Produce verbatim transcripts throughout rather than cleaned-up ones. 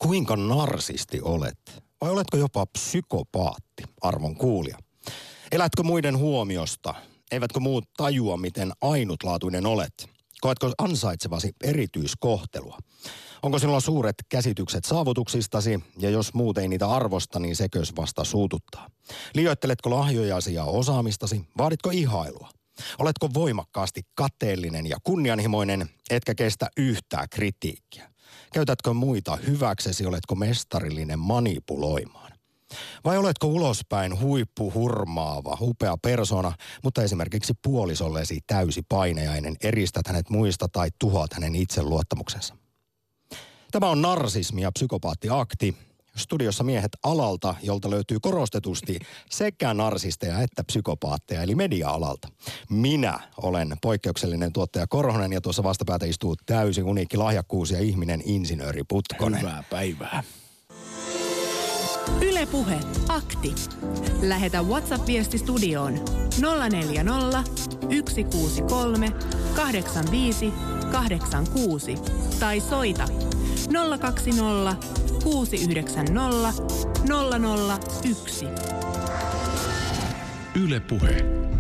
Kuinka narsisti olet? Vai oletko jopa psykopaatti, arvon kuulija? Elätkö muiden huomiosta? Eivätkö muut tajua, miten ainutlaatuinen olet? Koetko ansaitsevasi erityiskohtelua? Onko sinulla suuret käsitykset saavutuksistasi, ja jos muut ei niitä arvosta, niin sekös vasta suututtaa? Liioitteletko lahjojasi ja osaamistasi? Vaaditko ihailua? Oletko voimakkaasti kateellinen ja kunnianhimoinen, etkä kestä yhtään kritiikkiä? Käytätkö muita hyväksesi, oletko mestarillinen manipuloimaan? Vai oletko ulospäin huippuhurmaava, upea persona, mutta esimerkiksi puolisollesi täysi painajainen, eristät hänet muista tai tuhoat hänen itseluottamuksensa? Tämä on Narsismi ja psykopaattiakti. Studiossa miehet alalta, jolta löytyy korostetusti sekä narsisteja että psykopaatteja, eli media-alalta. Minä olen poikkeuksellinen tuottaja Korhonen ja tuossa vastapäätä istuu täysin uniikki lahjakkuus ja ihminen insinööri Putkonen. Hyvää päivää. Yle Puhe, akti. Lähetä WhatsApp-viesti studioon nolla neljä nolla, yksi kuusi kolme, kahdeksan viisi, kahdeksan kuusi tai soita nolla kaksi nolla, kuusi yhdeksän nolla, nolla nolla yksi. Yle Puhe.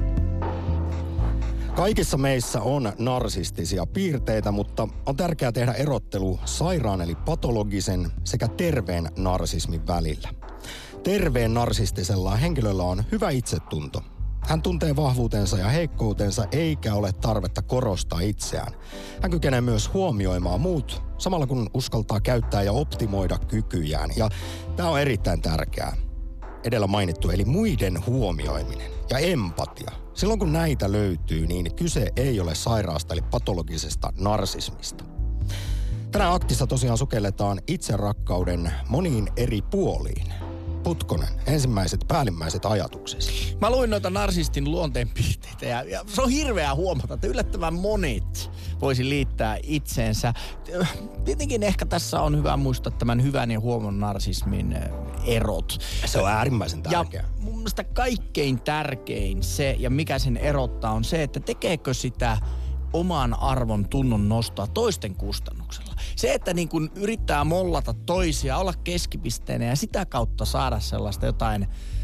Kaikissa meissä on narsistisia piirteitä, mutta on tärkeää tehdä erottelu sairaan eli patologisen sekä terveen narsismin välillä. Terveen narsistisella henkilöllä on hyvä itsetunto. Hän tuntee vahvuutensa ja heikkoutensa eikä ole tarvetta korostaa itseään. Hän kykenee myös huomioimaan muut samalla kun uskaltaa käyttää ja optimoida kykyjään. Ja tämä on erittäin tärkeää. Edellä mainittu eli muiden huomioiminen ja empatia. Silloin kun näitä löytyy, niin kyse ei ole sairaasta eli patologisesta narsismista. Tänään aktissa tosiaan sukelletaan itserakkauden moniin eri puoliin. Putkonen, ensimmäiset päällimmäiset ajatuksesi. Mä luin noita narsistin luonteenpiirteitä ja, ja se on hirveää huomata, että yllättävän monet voisi liittää itseensä. Tietenkin ehkä tässä on hyvä muistaa tämän hyvän ja huomon narsismin erot. Se on äärimmäisen tärkeä. Ja mun mielestä kaikkein tärkein se, ja mikä sen erottaa, on se, että tekeekö sitä oman arvon tunnon nostoa toisten kustannuksella. Se, että niin kun yrittää mollata toisia, olla keskipisteenä ja sitä kautta saada sellaista jotain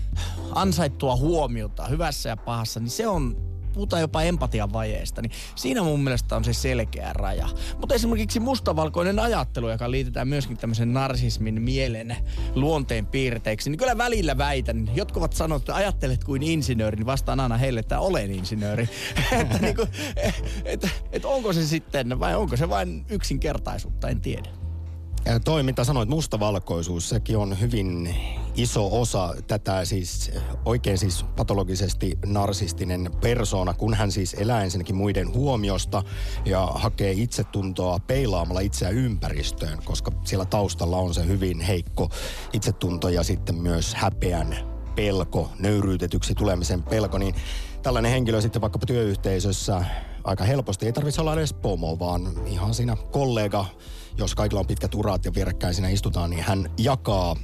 ansaittua huomiota hyvässä ja pahassa, niin se on, puhutaan jopa empatian vajeesta, niin siinä mun mielestä on se selkeä raja. Mutta esimerkiksi mustavalkoinen ajattelu, joka liitetään myöskin tämmöisen narsismin mielen luonteen piirteiksi, niin kyllä välillä väitän, jotkut ovat sanoneet, että ajattelet kuin insinööri, niin vastaan aina heille, että olen insinööri. että niinku, et, et onko se sitten, vai onko se vain yksinkertaisuutta, en tiedä. Ja toi, mitä sanoit, mustavalkoisuus, sekin on hyvin iso osa tätä siis oikein siis patologisesti narsistinen persoona, kun hän siis elää ensinnäkin muiden huomiosta ja hakee itsetuntoa peilaamalla itseä ympäristöön, koska siellä taustalla on se hyvin heikko itsetunto ja sitten myös häpeän pelko, nöyryytetyksi tulemisen pelko, niin tällainen henkilö sitten vaikkapa työyhteisössä aika helposti, ei tarvitse olla edes pomo, vaan ihan siinä kollega, jos kaikilla on pitkät urat ja vierekkäin siinä istutaan, niin hän jakaa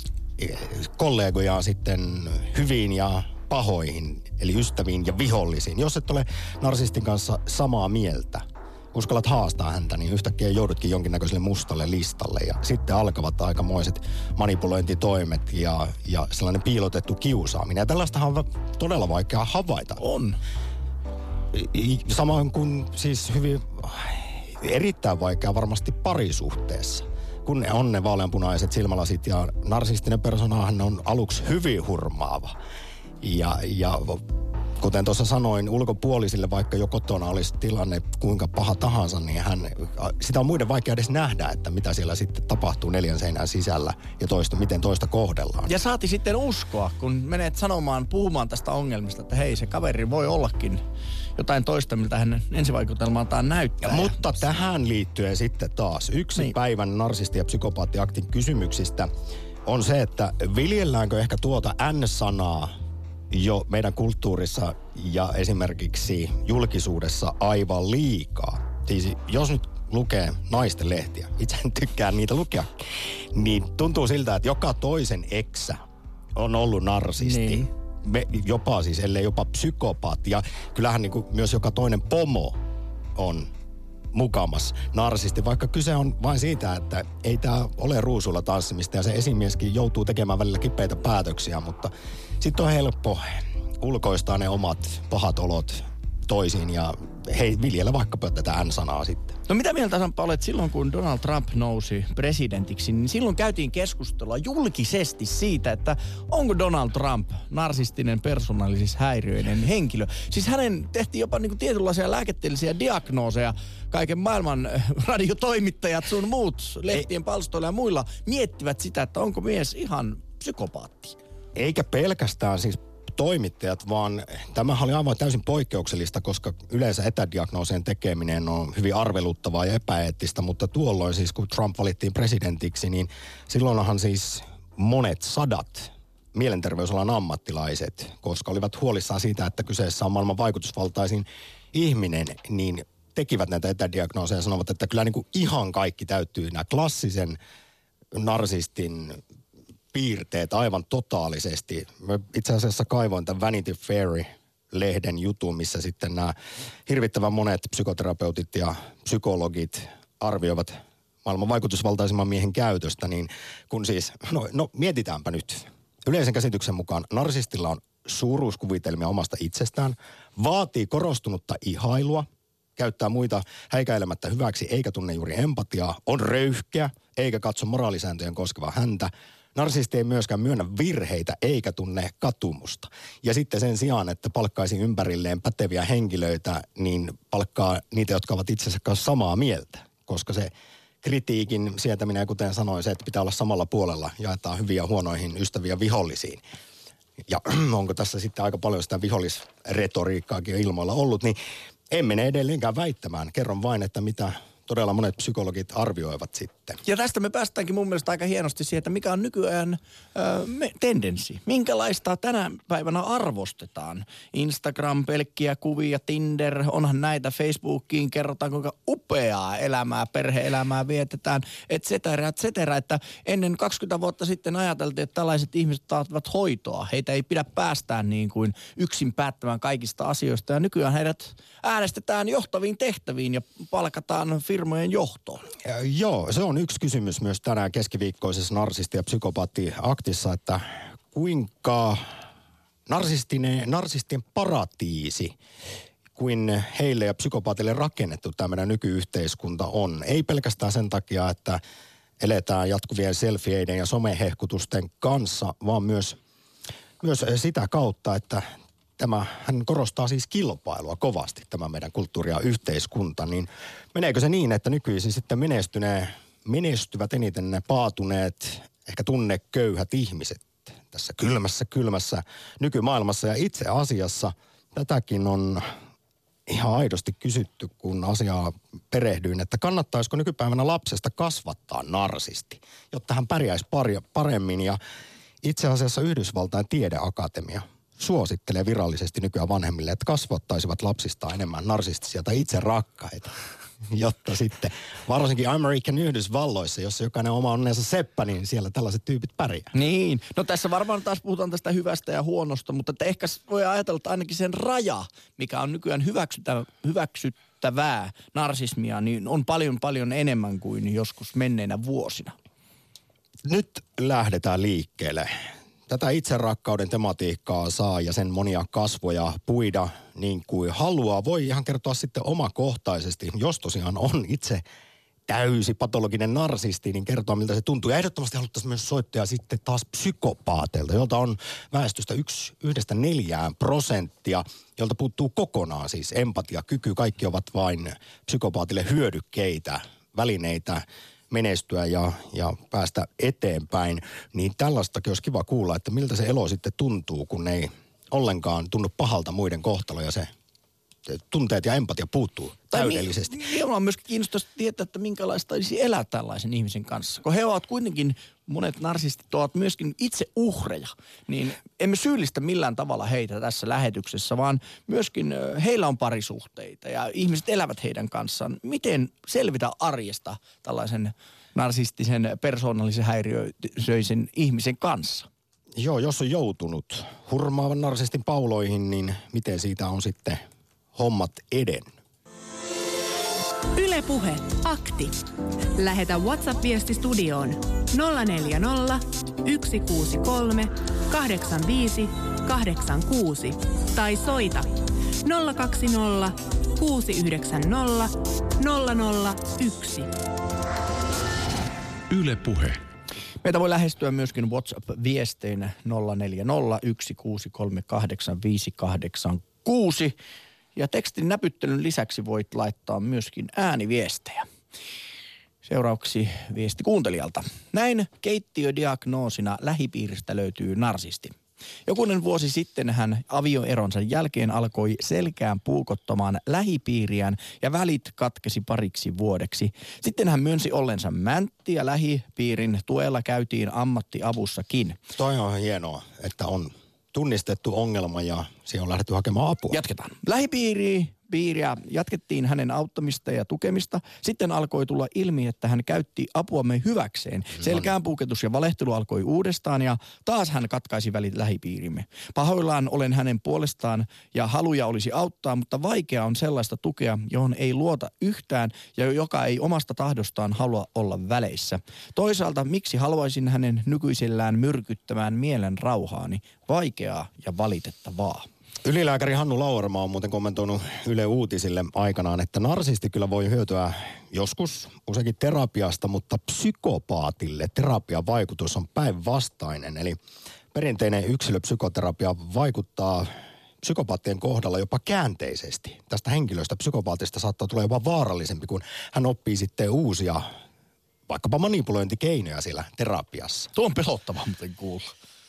kollegojaan sitten hyviin ja pahoihin, eli ystäviin ja vihollisiin. Jos et ole narsistin kanssa samaa mieltä, uskallat haastaa häntä, niin yhtäkkiä joudutkin jonkinnäköiselle mustalle listalle. Ja sitten alkavat aikamoiset manipulointitoimet ja, ja sellainen piilotettu kiusaaminen. Ja tällaistahan on todella vaikea havaita. On. Samoin kuin siis hyvin erittäin vaikea varmasti parisuhteessa. Kun ne on ne vaaleanpunaiset silmälasit ja narsistinen persoonahan on aluksi hyvin hurmaava. Ja, ja kuten tuossa sanoin, ulkopuolisille vaikka jo kotona olisi tilanne kuinka paha tahansa, niin hän, sitä on muiden vaikea edes nähdä, että mitä siellä sitten tapahtuu neljän seinän sisällä ja toista, miten toista kohdellaan. Ja saati sitten uskoa, kun menet sanomaan, puhumaan tästä ongelmista, että hei, se kaveri voi ollakin jotain toista, miltä hänen ensivaikutelmaltaan näyttää. Ja, mutta tähän liittyen sitten taas yksi niin. Päivän narsisti- ja psykopaattiaktin kysymyksistä on se, että viljelläänkö ehkä tuota N-sanaa jo meidän kulttuurissa ja esimerkiksi julkisuudessa aivan liikaa. Siis jos nyt lukee naisten lehtiä, itse en tykkää niitä lukea, niin tuntuu siltä, että joka toisen eksä on ollut narsisti. Niin. Me, jopa siis, ellei jopa psykopaatti. Ja kyllähän niin kuin myös joka toinen pomo on mukamas narsisti, vaikka kyse on vain siitä, että ei tämä ole ruusulla tanssimista ja se esimieskin joutuu tekemään välillä kipeitä päätöksiä, mutta sitten on helppo ulkoistaa ne omat pahat olot toisiin ja hei, viljellä vaikkapa tätä N-sanaa sitten. No mitä mieltä Samppa olet silloin, kun Donald Trump nousi presidentiksi, niin silloin käytiin keskustelua julkisesti siitä, että onko Donald Trump narsistinen persoonallisuus häiriöinen henkilö. Siis hänen tehtiin jopa niinku tietynlaisia lääketieteellisiä diagnooseja. Kaiken maailman radiotoimittajat sun muut lehtien palstoilla ja muilla miettivät sitä, että onko mies ihan psykopaatti. Eikä pelkästään siis toimittajat, vaan tämä oli aivan täysin poikkeuksellista, koska yleensä etädiagnoosien tekeminen on hyvin arveluttavaa ja epäeettistä, mutta tuolloin siis kun Trump valittiin presidentiksi, niin silloinhan siis monet sadat mielenterveysalan ammattilaiset, koska olivat huolissaan siitä, että kyseessä on maailman vaikutusvaltaisin ihminen, niin tekivät näitä etädiagnooseja ja sanovat, että kyllä niin kuin ihan kaikki täyttyy nämä klassisen narsistin piirteet aivan totaalisesti. Mä itse asiassa kaivoin tämän Vanity Fair-lehden jutun, missä sitten nämä hirvittävän monet psykoterapeutit ja psykologit arvioivat maailman vaikutusvaltaisimman miehen käytöstä, niin kun siis, no, no mietitäänpä nyt. Yleisen käsityksen mukaan narsistilla on suuruuskuvitelmia omasta itsestään, vaatii korostunutta ihailua, käyttää muita häikäilemättä hyväksi eikä tunne juuri empatiaa, on röyhkeä eikä katso moraalisääntöjen koskevaa häntä. Narsisti ei myöskään myönnä virheitä eikä tunne katumusta. Ja sitten sen sijaan, että palkkaisi ympärilleen päteviä henkilöitä, niin palkkaa niitä, jotka ovat itsensä kanssa samaa mieltä. Koska se kritiikin sietäminen, kuten sanoin, se, että pitää olla samalla puolella, jaetaan hyviä huonoihin ystäviä vihollisiin. Ja onko tässä sitten aika paljon sitä vihollisretoriikkaakin ilmoilla ollut, niin en mene edelleenkään väittämään. Kerron vain, että mitä todella monet psykologit arvioivat sitten. Ja tästä me päästäänkin mun mielestä aika hienosti siihen, että mikä on nykyään ö, me, tendenssi. Minkälaista tänä päivänä arvostetaan. Instagram, pelkkiä kuvia, Tinder, onhan näitä Facebookiin, kerrotaan kuinka upeaa elämää, perhe-elämää vietetään, et cetera, et cetera. Että ennen kaksikymmentä vuotta sitten ajateltiin, että tällaiset ihmiset taativat hoitoa. Heitä ei pidä päästään niin kuin yksin päättämään kaikista asioista. Ja nykyään heidät äänestetään johtaviin tehtäviin ja palkataan firmojen johtoon. Ja, joo, se on yksi kysymys myös tänään keskiviikkoisessa narsisti- ja psykopaatti-aktissa, että kuinka narsistinen, narsistien paratiisi kuin heille ja psykopaatille rakennettu tämmöinen nykyyhteiskunta on. Ei pelkästään sen takia, että eletään jatkuvien selfieiden ja somehehkutusten kanssa, vaan myös, myös sitä kautta, että tämä, hän korostaa siis kilpailua kovasti, tämä meidän kulttuuri ja yhteiskunta, niin meneekö se niin, että nykyisin sitten menestyneen, menestyvät eniten ne paatuneet, ehkä tunneköyhät ihmiset tässä kylmässä, kylmässä nykymaailmassa. Ja itse asiassa tätäkin on ihan aidosti kysytty, kun asiaa perehdyin, että kannattaisiko nykypäivänä lapsesta kasvattaa narsisti, jotta hän pärjäisi paremmin. Ja itse asiassa Yhdysvaltain tiedeakatemia suosittelee virallisesti nykyään vanhemmille, että kasvattaisivat lapsistaan enemmän narsistisia tai itse rakkaita, jotta sitten varsinkin American Yhdysvalloissa, jossa jokainen oma onnensa seppä, niin siellä tällaiset tyypit pärjää. Niin, no tässä varmaan taas puhutaan tästä hyvästä ja huonosta, mutta että ehkä voi ajatella, että ainakin sen raja, mikä on nykyään hyväksytä, hyväksyttävää narsismia, niin on paljon paljon enemmän kuin joskus menneinä vuosina. Nyt lähdetään liikkeelle. Tätä itserakkauden tematiikkaa saa ja sen monia kasvoja puida niin kuin haluaa. Voi ihan kertoa sitten omakohtaisesti, jos tosiaan on itse täysi patologinen narsisti, niin kertoa miltä se tuntuu. Ja ehdottomasti haluttaisiin myös soittaa sitten taas psykopaateilta, jolta on väestöstä yksi, yhdestä neljään prosenttia, jolta puuttuu kokonaan siis empatiakyky. Kaikki ovat vain psykopaatille hyödykkeitä, välineitä menestyä ja, ja päästä eteenpäin, niin tällaistakin olisi kiva kuulla, että miltä se elo sitten tuntuu, kun ei ollenkaan tunnu pahalta muiden kohtalo ja se tunteet ja empatia puuttuu täydellisesti. Minua on myös kiinnostavasti tietää, että minkälaista olisi elää tällaisen ihmisen kanssa. Kun he ovat kuitenkin, monet narsistit ovat myöskin itse uhreja, niin emme syyllistä millään tavalla heitä tässä lähetyksessä, vaan myöskin heillä on parisuhteita ja ihmiset elävät heidän kanssaan. Miten selvitä arjesta tällaisen narsistisen, persoonallisen häiriöisen ihmisen kanssa? Joo, jos on joutunut hurmaavan narsistin pauloihin, niin miten siitä on sitten hommat edennyt? Yle Puhe. Akti. Lähetä WhatsApp-viesti studioon nolla neljä nolla, yksi kuusi kolme, kahdeksan viisi, kahdeksan kuusi tai soita nolla kaksi nolla, kuusi yhdeksän nolla, nolla nolla yksi. Yle Puhe. Meitä voi lähestyä myöskin WhatsApp-viestein nolla neljä nolla, yksi kuusi kolme, kahdeksan viisi, kahdeksan kuusi. Ja tekstin näpyttelyn lisäksi voit laittaa myöskin ääniviestejä. Seuraavaksi viesti kuuntelijalta. Näin keittiödiagnoosina lähipiiristä löytyy narsisti. Jokunen vuosi sitten hän avioeronsa jälkeen alkoi selkään puukottamaan lähipiiriään ja välit katkesi pariksi vuodeksi. Sitten hän myönsi ollensa mäntti ja lähipiirin tuella käytiin ammattiavussakin. Toi on hienoa, että on tunnistettu ongelma ja siihen on lähdetty hakemaan apua. Jatketaan. Lähipiiri piiriä jatkettiin hänen auttamista ja tukemista. Sitten alkoi tulla ilmi, että hän käytti apuamme hyväkseen. Selkäänpuuketus ja valehtelu alkoi uudestaan ja taas hän katkaisi välit lähipiirimme. Pahoillaan olen hänen puolestaan ja haluja olisi auttaa, mutta vaikea on sellaista tukea, johon ei luota yhtään ja joka ei omasta tahdostaan halua olla väleissä. Toisaalta miksi haluaisin hänen nykyisellään myrkyttämään mielen rauhaani? Vaikeaa ja valitettavaa. Ylilääkäri Hannu Lauerma on muuten kommentoinut Yle Uutisille aikanaan, että narsisti kyllä voi hyötyä joskus useinkin terapiasta, mutta psykopaatille terapian vaikutus on päinvastainen. Eli perinteinen yksilöpsykoterapia vaikuttaa psykopaattien kohdalla jopa käänteisesti. Tästä henkilöstä psykopaatista saattaa tulla jopa vaarallisempi, kun hän oppii sitten uusia vaikkapa manipulointikeinoja siellä terapiassa. Tuo on pelottavaa muuten kuulla.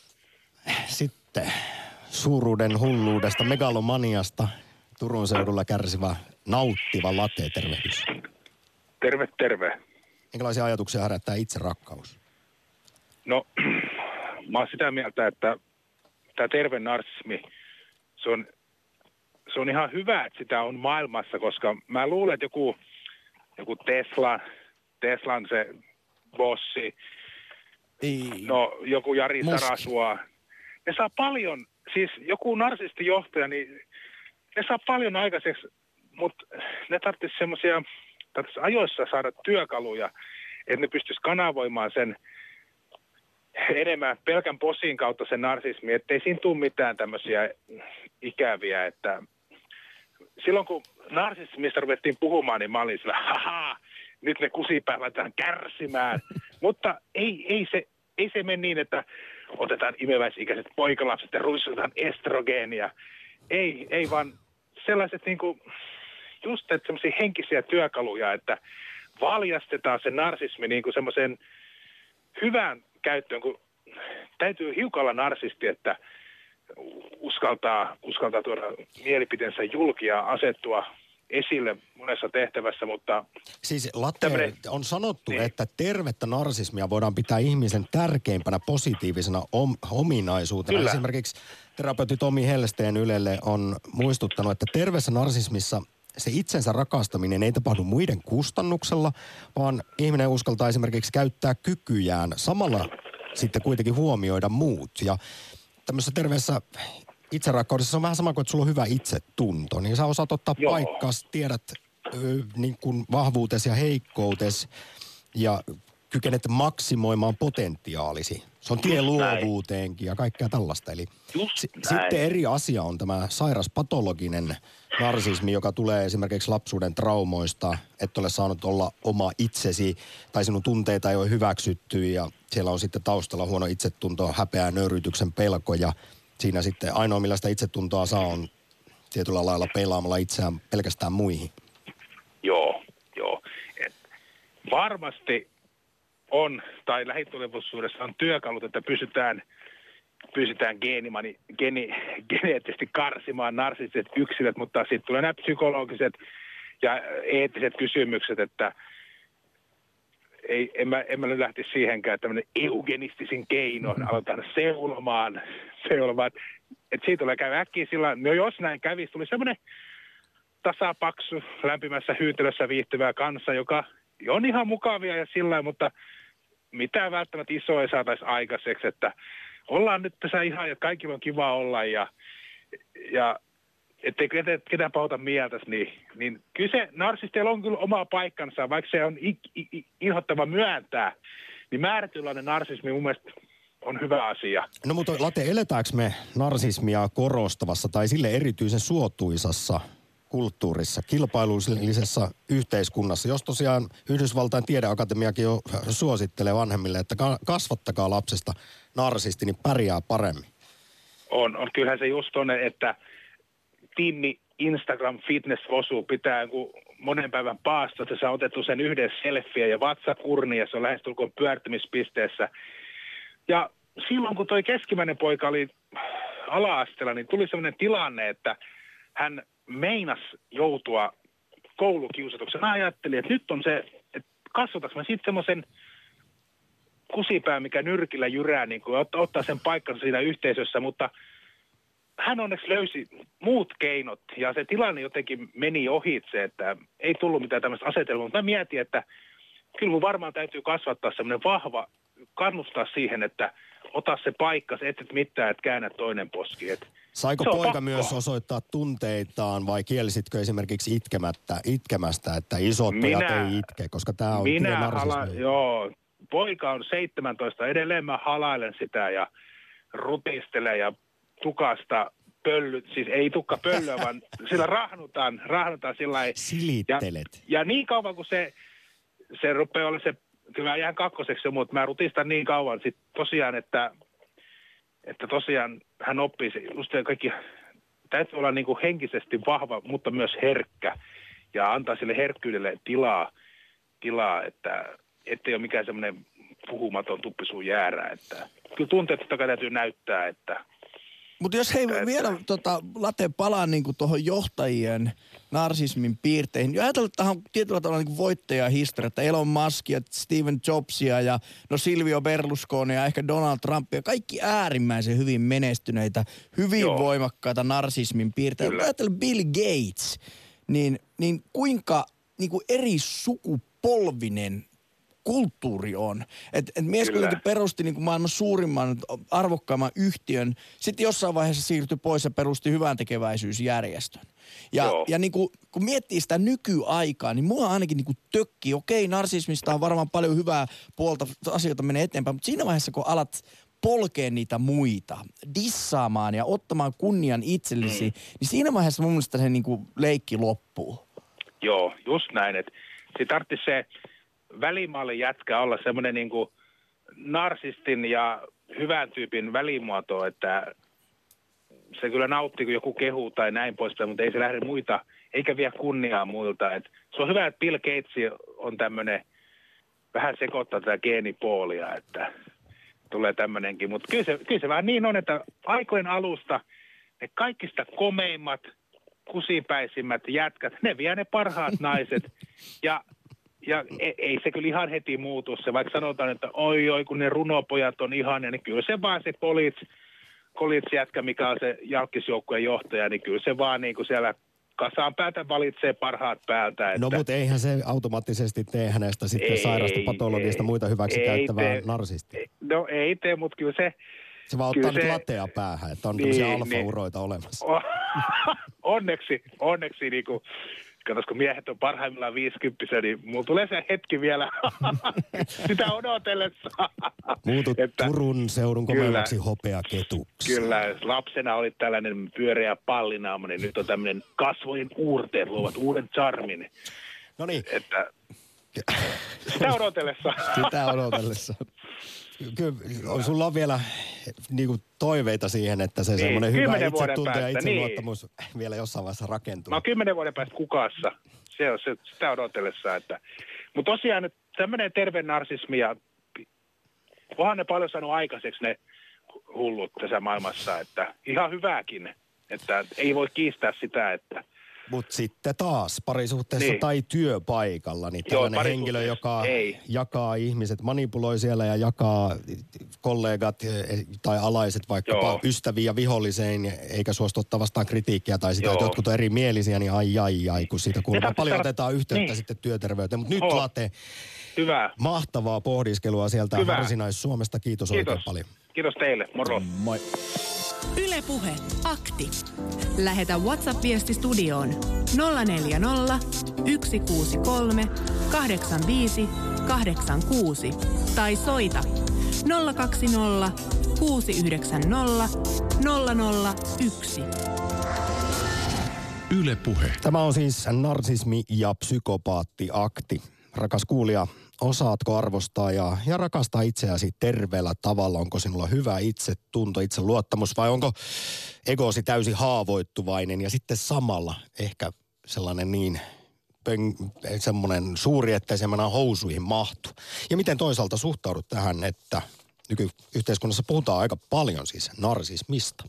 Sitten suuruuden hulluudesta, megalomaniasta Turun seudulla kärsivä nauttiva late, tervehdys. Terve, terve. Minkälaisia ajatuksia herättää itse rakkaus? No, mä oon sitä mieltä, että tämä terve narsismi, se on, se on ihan hyvä, että sitä on maailmassa, koska mä luulen, että joku, joku Tesla, Teslan se bossi, Ei. no joku Jari Muski. Sarasua, ne saa paljon, siis joku narsistijohtaja, niin ne saa paljon aikaiseksi, mutta ne tarvitsisi semmoisia, tarvitsisi ajoissa saada työkaluja, että ne pystyisi kanavoimaan sen enemmän pelkän posin kautta sen narsismi, ettei siinä tule mitään tämmöisiä ikäviä, että silloin kun narsismista ruvettiin puhumaan, niin mä olin sillä, haha, nyt ne kusipäivät lähdetään kärsimään, mutta ei, ei, se, ei se mene niin, että otetaan imeväisikäiset poikalapset ja ruissutetaan estrogeenia. Ei, ei vaan sellaiset niinku, just että semmoisia henkisiä työkaluja, että valjastetaan se narsismi niinku semmoiseen hyvään käyttöön, kun täytyy hiukan olla narsisti, että uskaltaa, uskaltaa tuoda mielipiteensä julki ja asettua esille monessa tehtävässä, mutta Siis Latte, tämmönen, on sanottu, niin. että tervettä narsismia voidaan pitää ihmisen tärkeimpänä positiivisena om, ominaisuutena. Kyllä. Esimerkiksi terapeutti Tomi Helsteen Ylelle on muistuttanut, että terveessä narsismissa se itsensä rakastaminen ei tapahdu muiden kustannuksella, vaan ihminen uskaltaa esimerkiksi käyttää kykyjään samalla sitten kuitenkin huomioida muut. Ja tämmöisessä terveessä itserakkaudessa on vähän sama kuin, että sulla on hyvä itsetunto, niin sä osaat ottaa Joo. paikkaa, tiedät ö, niin kuin vahvuutesi ja heikkoutesi ja kykenet maksimoimaan potentiaalisi. Se on tie Just luovuuteenkin ja kaikkea tällaista. Eli Just si- näin. sitten eri asia on tämä sairas patologinen narsismi, joka tulee esimerkiksi lapsuuden traumoista, että ole saanut olla oma itsesi tai sinun tunteita ei ole hyväksytty ja siellä on sitten taustalla huono itsetunto, häpeä, nöyrytyksen pelko ja siinä sitten ainoa millä sitä itsetuntoa saa on tietyllä lailla peilaamalla itseään pelkästään muihin. joo, joo. Et varmasti on, tai lähitulevaisuudessa on työkalut, että pysytään, pysytään geenimani, geni, geneettisesti karsimaan narsistiset yksilöt, mutta sitten tulee nämä psykologiset ja eettiset kysymykset, että ei, en, mä, en mä nyt lähtisi siihenkään, että tämmöinen eugenistisin keinoin aloitetaan seulomaan, seulomaan. Että siitä tulee käy äkkiä sillä, no jos näin kävisi, tuli semmoinen tasapaksu, lämpimässä hyytelössä viihtyvää kanssa, joka on ihan mukavia ja sillä, mutta mitään välttämättä isoa ei saataisi aikaiseksi, että ollaan nyt tässä ihan ja kaikilla on kiva olla ja, ja ettei ketään, ketään pahuta mieltäsi, niin, niin kyllä se narsisteilla on kyllä oma paikkansa, vaikka se on ik, ik, inhottava myöntää, niin määrätynlainen narsismi mun mielestä on hyvä asia. No mutta Late, eletäänkö me narsismia korostavassa tai sille erityisen suotuisassa kulttuurissa, kilpailullisessa yhteiskunnassa, jos tosiaan Yhdysvaltain tiedeakatemiakin jo suosittelee vanhemmille, että kasvattakaa lapsesta narsisti, niin pärjää paremmin. On, on. Kyllähän se just on, että Timmi Instagram Fitness Vosu pitää monen päivän paasto, että sä otettu sen yhden selfie ja vatsakurni ja se on lähestulkoon pyörtymispisteessä. Ja silloin kun toi keskimmäinen poika oli ala-asteella, niin tuli sellainen tilanne, että hän meinas joutua koulukiusatuksi. Mä ajattelin, että nyt on se, että kasvataanko mä sitten semmoisen kusipää, mikä nyrkillä jyrää, niin kuin ottaa, ottaa sen paikkansa siinä yhteisössä, mutta hän onneksi löysi muut keinot ja se tilanne jotenkin meni ohitse, että ei tullut mitään tämmöistä asetelmaa, mutta mä mietin, että kyllä mun varmaan täytyy kasvattaa semmoinen vahva, kannustaa siihen, että ota se paikka, et et mitään, että käännä toinen poski. Et saiko poika pakko myös osoittaa tunteitaan vai kielisitkö esimerkiksi itkemättä, itkemästä, että isot pojat ei itke, koska tämä on minä kyllä narsismi. Hala, joo, poika on seitsemäntoista, edelleen mä halailen sitä ja rutistelen ja tukasta pöllyt, siis ei tukka pöllöä, vaan sillä rahnutaan, rahnutaan sillä lailla. Silittelet. Ja, ja niin kauan kuin se, se rupeaa olla se, kyllä mä jään kakkoseksi, mutta mä rutistan niin kauan sitten tosiaan, että, että tosiaan hän oppii se, just kaikki, täytyy olla niin kuin henkisesti vahva, mutta myös herkkä ja antaa sille herkkyydelle tilaa, tilaa että ettei ole mikään semmoinen puhumaton tuppisuun jäärä, että kyllä tunteet totta kai täytyy näyttää, että mutta jos hei että vielä tota, Late palaa niinku tuohon johtajien narsismin piirteihin. Jo ajatellaan, että tähän on tietyllä tavalla niinku voittajahistoria, että Elon Muskia, Steven Jobsia ja no Silvio Berlusconi ja ehkä Donald Trumpia. Kaikki äärimmäisen hyvin menestyneitä, hyvin Joo. voimakkaita narsismin piirteitä. Mutta ajatellaan Bill Gates, niin, niin kuinka niinku eri sukupolvinen kulttuuri on. Että et mies kuitenkin perusti niin kuin maailman suurimman, arvokkaamman yhtiön. Sitten jossain vaiheessa siirtyi pois ja perusti hyväntekeväisyysjärjestön. Ja, ja niin kuin, kun miettii sitä nykyaikaa, niin mua ainakin niin kuin tökkii. Okei, narsismista on varmaan paljon hyvää puolta, asioita menee eteenpäin, mutta siinä vaiheessa, kun alat polkea niitä muita, dissaamaan ja ottamaan kunnian itsellesi, mm. niin siinä vaiheessa mun mielestä se niin kuin leikki loppuu. Joo, just näin. Että se tarvitsisi se välimallin jätkä olla semmoinen niin kuin narsistin ja hyvän tyypin välimuoto, että se kyllä nauttii, kun joku kehuu tai näin poispäin, mutta ei se lähde muita, eikä vie kunniaa muilta. Et se on hyvä, että Bill Gates on tämmöinen, vähän sekoittaa tätä geenipoolia, että tulee tämmöinenkin. Mutta kyllä se, kyllä se vähän niin on, että aikojen alusta ne kaikista komeimmat, kusipäisimmät jätkät, ne vie ne parhaat naiset ja Ja ei, ei se kyllä ihan heti muutu se, vaikka sanotaan, että oi oi, kun ne runopojat on ihania, niin kyllä se vaan se kolits, kolitsjätkä, mikä on se jalkisjoukkueen johtaja, niin kyllä se vaan niin kuin siellä kasaan päätä valitsee parhaat päältä. Että no mutta eihän se automaattisesti tee hänestä sitten ei, sairasta patologista muita hyväksi käyttävää narsistia. No ei tee, mutta kyllä se Se vaan ottaa nyt se latea päähän, että on niin, tämmöisiä alfa-uroita niin olemassa. onneksi, onneksi niin kuin katos, kun miehet on parhaimmillaan viisikymppisiä, niin mulla tulee se hetki vielä sitä odotellessa. Muutut että, Turun seudun komeimmaksi hopeaketuksi. Kyllä, lapsena oli tällainen pyöreä pallinaama, niin nyt on tämmöinen kasvojen uurteet luovat uuden charmin. No niin. Että sitä odotellessa. Sitä odotellessa. Kyllä, sulla on vielä niin kuin toiveita siihen, että se niin, semmoinen hyvä itsetunto ja itseluottamus niin vielä jossain vaiheessa rakentuu. Mä oon kymmenen vuoden päästä kukassa. Se on se, sitä odotellessa. Että. Mutta tosiaan nyt tämmöinen terve narsismi ja onhan ne paljon saanut aikaiseksi ne hullut tässä maailmassa, että ihan hyvääkin. Että ei voi kiistää sitä, että mutta sitten taas parisuhteessa niin tai työpaikalla, niin tällainen Joo, henkilö, joka ei. jakaa ihmiset, manipuloi siellä ja jakaa kollegat tai alaiset vaikkapa Joo. ystäviä ja viholliseen, eikä suostu ottaa vastaan kritiikkiä tai sitä, Joo. että jotkut on erimielisiä, niin ai ai ai, kun siitä kuuluu paljon tar- otetaan yhteyttä niin. sitten työterveyteen. Mutta nyt oh. Late, hyvä. Mahtavaa pohdiskelua sieltä Harsinais-Suomesta. Kiitos, Kiitos oikein paljon. Kiitos teille, moro. Moi. Yle Puhe, akti. Lähetä WhatsApp-viesti studioon nolla neljä nolla, yksi kuusi kolme, kahdeksan viisi, kahdeksan kuusi tai soita nolla kaksi nolla, kuusi yhdeksän nolla, nolla nolla yksi. Yle Puhe. Tämä on siis narsismi- ja psykopaattiakti. Rakas kuulija, osaatko arvostaa ja, ja rakastaa itseäsi terveellä tavalla? Onko sinulla hyvä itsetunto, itseluottamus vai onko egosi täysin haavoittuvainen ja sitten samalla ehkä sellainen niin pön, semmoinen suuri, ettei se mennä housuihin mahtu? Ja miten toisaalta suhtaudut tähän, että nykyyhteiskunnassa puhutaan aika paljon siis narsismista?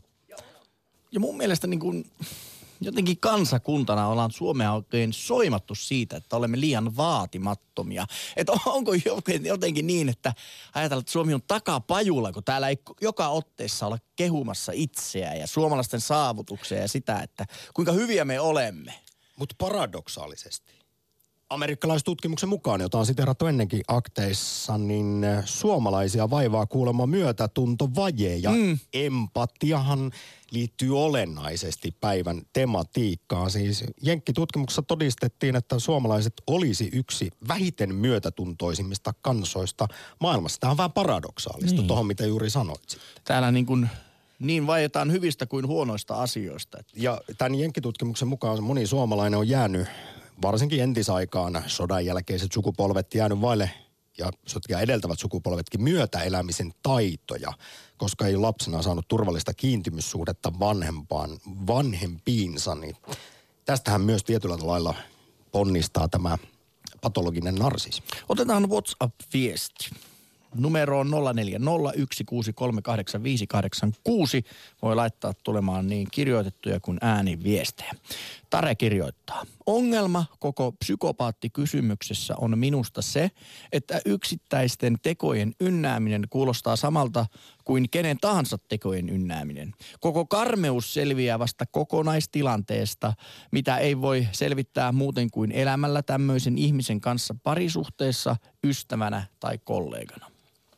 Ja mun mielestä niin kuin jotenkin kansakuntana ollaan Suomea oikein soimattu siitä, että olemme liian vaatimattomia. Että onko jotenkin niin, että ajatellaan, että Suomi on takapajulla, kun täällä ei joka otteessa olla kehumassa itseä ja suomalaisten saavutuksia ja sitä, että kuinka hyviä me olemme. Mutta paradoksaalisesti. Amerikkalaistutkimuksen mukaan, jota on siteerattu ennenkin akteissa, niin suomalaisia vaivaa kuulemma myötätuntovaje ja mm. empatiahan liittyy olennaisesti päivän tematiikkaan. Siis Jenkkitutkimuksessa todistettiin, että suomalaiset olisi yksi vähiten myötätuntoisimmista kansoista maailmassa. Tämä on vähän paradoksaalista niin. Tuohon, mitä juuri sanoit sitten. Täällä niin kuin niin vaietaan hyvistä kuin huonoista asioista. Ja tämän Jenkkitutkimuksen mukaan moni suomalainen on jäänyt varsinkin entisaikaan sodan jälkeiset sukupolvet jäänyt vaille ja sotia edeltävät sukupolvetkin myötäelämisen taitoja, koska ei lapsena saanut turvallista kiintymyssuhdetta vanhempaan, vanhempiinsa. Niin tästähän myös tietyllä lailla ponnistaa tämä patologinen narsismi. Otetaan WhatsApp-viesti. Numero on nolla neljä nolla, yksi kuusi kolme, kahdeksan viisi, kahdeksan kuusi. Voi laittaa tulemaan niin kirjoitettuja kuin ääniviestejä. Tare kirjoittaa. Ongelma koko psykopaattikysymyksessä on minusta se, että yksittäisten tekojen ynnääminen kuulostaa samalta kuin kenen tahansa tekojen ynnääminen. Koko karmeus selviää vasta kokonaistilanteesta, mitä ei voi selvittää muuten kuin elämällä tämmöisen ihmisen kanssa parisuhteessa, ystävänä tai kollegana.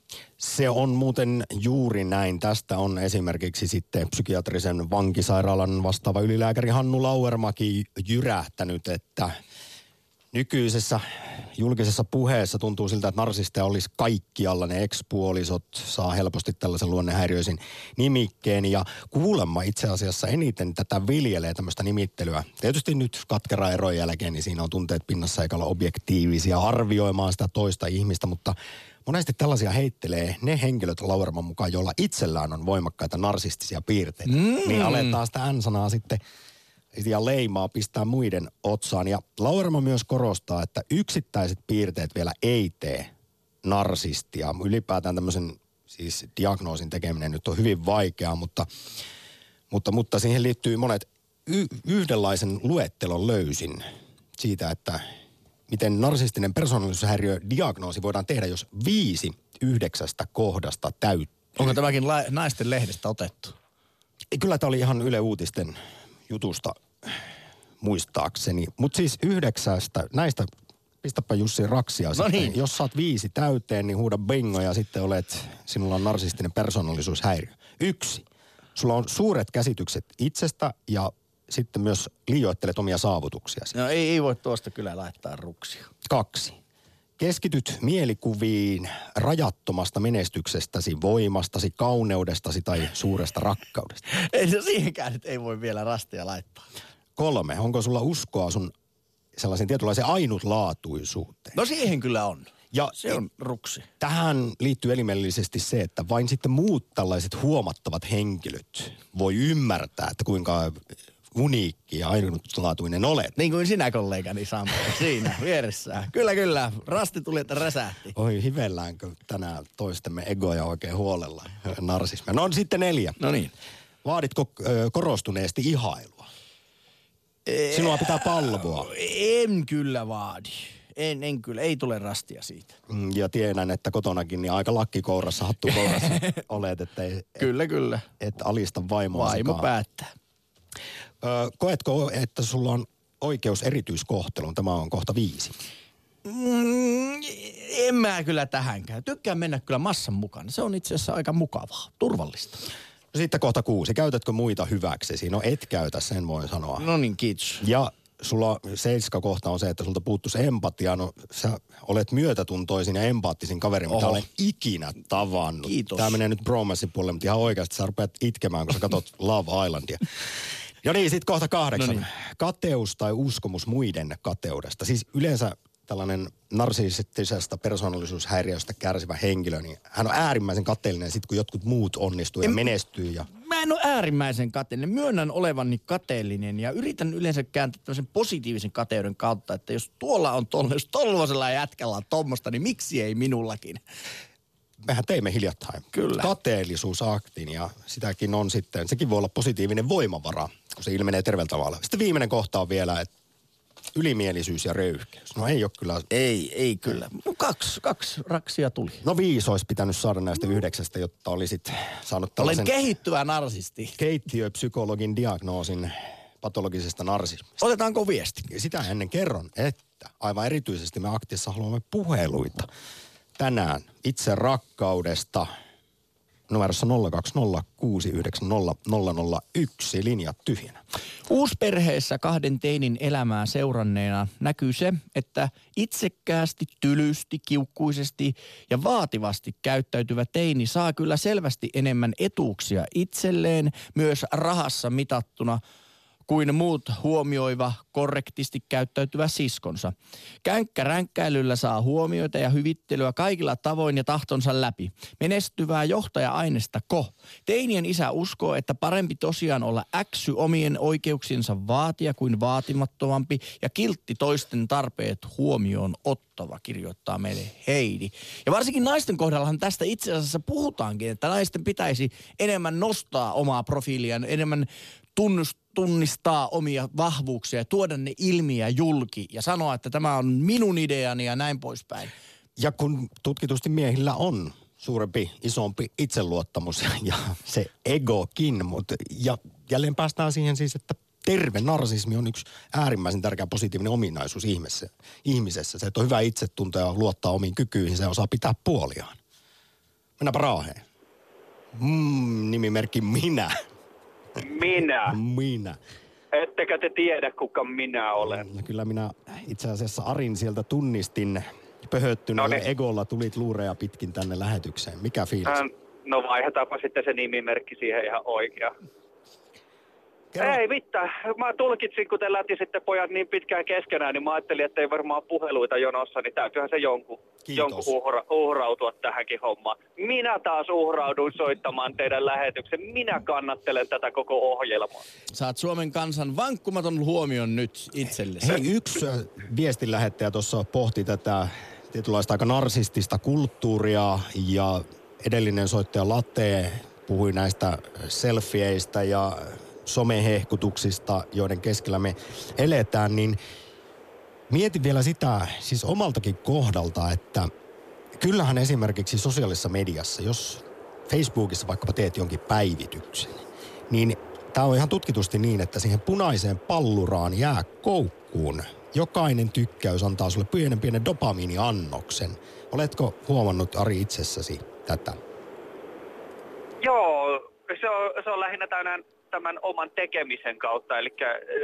Se on muuten juuri näin. Tästä on esimerkiksi sitten psykiatrisen vankisairaalan vastaava ylilääkäri Hannu Lauermaki jyrähtänyt, että nykyisessä julkisessa puheessa tuntuu siltä, että narsisteja olisi kaikkialla. Ne ekspuolisot saa helposti tällaisen luonnehäiriöisin nimikkeen ja kuulemma itse asiassa eniten tätä viljelee tämmöistä nimittelyä. Tietysti nyt katkeran eron jälkeen, niin siinä on tunteet pinnassa eikä olla objektiivisia arvioimaan sitä toista ihmistä, mutta monesti tällaisia heittelee ne henkilöt Lauerman mukaan, joilla itsellään on voimakkaita narsistisia piirteitä. Mm. Niin aletaan sitä N-sanaa sitten ja leimaa pistää muiden otsaan. Ja Lauerman myös korostaa, että yksittäiset piirteet vielä ei tee narsistia. Ylipäätään tämmöisen siis diagnoosin tekeminen nyt on hyvin vaikeaa, mutta, mutta, mutta siihen liittyy monet y- yhdenlaisen luettelon löysin siitä, että miten narsistinen persoonallisuushäiriö-diagnoosi voidaan tehdä, jos viisi yhdeksästä kohdasta täyttyy. Onko tämäkin la- naisten lehdestä otettu? Kyllä tämä oli ihan Yle Uutisten jutusta muistaakseni. Mutta siis yhdeksästä, näistä, pistäpä Jussi raksia no sitten. Niin. Jos saat viisi täyteen, niin huuda bingo ja sitten olet, sinulla on narsistinen persoonallisuushäiriö. Yksi, sulla on suuret käsitykset itsestä ja sitten myös liioittelet omia saavutuksiasi. No ei, ei voi tuosta kyllä laittaa ruksia. Kaksi. Keskityt mielikuviin rajattomasta menestyksestäsi, voimastasi, kauneudestasi tai suuresta rakkaudesta. Ei se siihenkään nyt ei voi vielä rastia laittaa. Kolme. Onko sulla uskoa sun sellaisen tietynlaisen ainutlaatuisuuteen? No siihen kyllä on. Ja se on ruksi. Tähän liittyy elimellisesti se, että vain sitten muut tällaiset huomattavat henkilöt voi ymmärtää, että kuinka uniikki ja ainutlaatuinen olet. Niin kuin sinä kollegani Sampo siinä vieressä. Kyllä, kyllä. Rasti tuli, että räsähti. Oi, hivelläänkö tänään toistemme egoja oikein huolella? Narsismia. No on sitten neljä. No niin. Vaaditko ö, korostuneesti ihailua? Sinua pitää palvoa. En kyllä vaadi. En, en kyllä. Ei tule rastia siitä. Ja tiedän, että kotonakin niin aika lakkikourassa, hattukourassa olet, että ei, kyllä, kyllä. Et alista vaimoasikaan. Vaimo päättää. Ö, koetko, että sulla on oikeus erityiskohteluun? Tämä on kohta viisi. Mm, en mä kyllä tähänkään. Tykkään mennä kyllä massan mukana. Se on itse asiassa aika mukavaa, turvallista. No sitten kohta kuusi. Käytätkö muita hyväksesi? No et käytä, sen voin sanoa. No niin, kiitos. Ja sulla seiska kohta on se, että sulta puuttuisi empatia. No sä olet myötätuntoisin ja empaattisin kaveri, mitä Oho. olen ikinä tavannut. Kiitos. Tää menee nyt bromassin puolelle, mutta ihan oikeasti sä rupeat itkemään, kun sä katsot Love Islandia. Ja niin, sitten kohta kahdeksan. No niin. Kateus tai uskomus muiden kateudesta. Siis yleensä tällainen narsistisesta persoonallisuushäiriöstä kärsivä henkilö, niin hän on äärimmäisen kateellinen sit, kun jotkut muut onnistuu ja En- menestyy. Ja... Mä en ole äärimmäisen kateellinen. Myönnän olevani kateellinen ja yritän yleensä kääntää tämmöisen positiivisen kateuden kautta, että jos tuolla on tolla, jos tolvasella jätkällä on tommosta, niin miksi ei minullakin? Mehän teimme hiljattain Kyllä. kateellisuusaktin ja sitäkin on sitten, sekin voi olla positiivinen voimavara, kun se ilmenee terveellä tavalla. Sitten viimeinen kohta on vielä, että ylimielisyys ja röyhkeys. No ei ole kyllä. Ei, ei kyllä. No kaksi, kaksi raksia tuli. No viisi olisi pitänyt saada näistä yhdeksästä, jotta olisit saanut Olen tällaisen kehittyvä narsisti. keittiöpsykologin diagnoosin patologisesta narsismista. Otetaanko viesti? Ja sitä ennen kerron, että aivan erityisesti me aktissa haluamme puheluita. Tänään itse rakkaudesta numerossa nolla kaksi nolla kuusi yhdeksän nolla nolla nolla yksi, linjat tyhjänä. Uusperheessä kahden teinin elämää seuranneena näkyy se, että itsekkäästi, tylysti, kiukkuisesti ja vaativasti käyttäytyvä teini saa kyllä selvästi enemmän etuuksia itselleen, myös rahassa mitattuna, kuin muut huomioiva, korrektisti käyttäytyvä siskonsa. Känkkäränkkäilyllä saa huomioita ja hyvittelyä kaikilla tavoin ja tahtonsa läpi. Menestyvää johtaja-ainestako. Teinien isä uskoo, että parempi tosiaan olla äksy omien oikeuksiensa vaatia kuin vaatimattomampi ja kiltti toisten tarpeet huomioon ottava, kirjoittaa meille Heidi. Ja varsinkin naisten kohdallahan tästä itse asiassa puhutaankin, että naisten pitäisi enemmän nostaa omaa profiiliaan, enemmän tunnustaa, tunnistaa omia vahvuuksia ja tuoda ne ilmiä julki ja sanoa, että tämä on minun ideani ja näin poispäin. Ja kun tutkitusti miehillä on suurempi, isompi itseluottamus ja se egokin, mutta ja jälleen päästään siihen siis, että terve narsismi on yksi äärimmäisen tärkeä positiivinen ominaisuus ihmisessä. ihmisessä. Se, että on hyvä itsetunto ja luottaa omiin kykyihin, se osaa pitää puoliaan. Mennäänpä Raaheen. Mm, nimimerkki minä. Minä. Minä. Ettekä te tiedä, kuka minä olen? Ja kyllä minä itse asiassa Arin sieltä tunnistin pöhöttyneellä Noniin. egolla. Tulit luureja pitkin tänne lähetykseen. Mikä fiilis? Ähm, no vaihdetaanpa sitten se nimimerkki siihen ihan oikea. Kerro. Ei mitään. Mä tulkitsin, kun te lätisitte pojat niin pitkään keskenään, niin mä ajattelin, että ei varmaan puheluita jonossa, niin täytyyhän se jonkun, jonkun uhra, uhrautua tähänkin hommaan. Minä taas uhrauduin soittamaan teidän lähetyksen. Minä kannattelen tätä koko ohjelmaa. Saat Suomen kansan vankkumaton huomion nyt itsellesi. Hei, yksi äh, viestin lähettäjä tuossa pohti tätä tietynlaista aika narsistista kulttuuria ja edellinen soittaja Latte puhui näistä selfieistä ja somehehkutuksista, joiden keskellä me eletään, niin mietin vielä sitä siis omaltakin kohdalta, että kyllähän esimerkiksi sosiaalisessa mediassa, jos Facebookissa vaikkapa teet jonkin päivityksen, niin tämä on ihan tutkitusti niin, että siihen punaiseen palluraan jää koukkuun. Jokainen tykkäys antaa sulle pienen pienen dopamiiniannoksen. Oletko huomannut, Ari, itsessäsi tätä? Joo, se on, se on lähinnä tämän, tämän oman tekemisen kautta, eli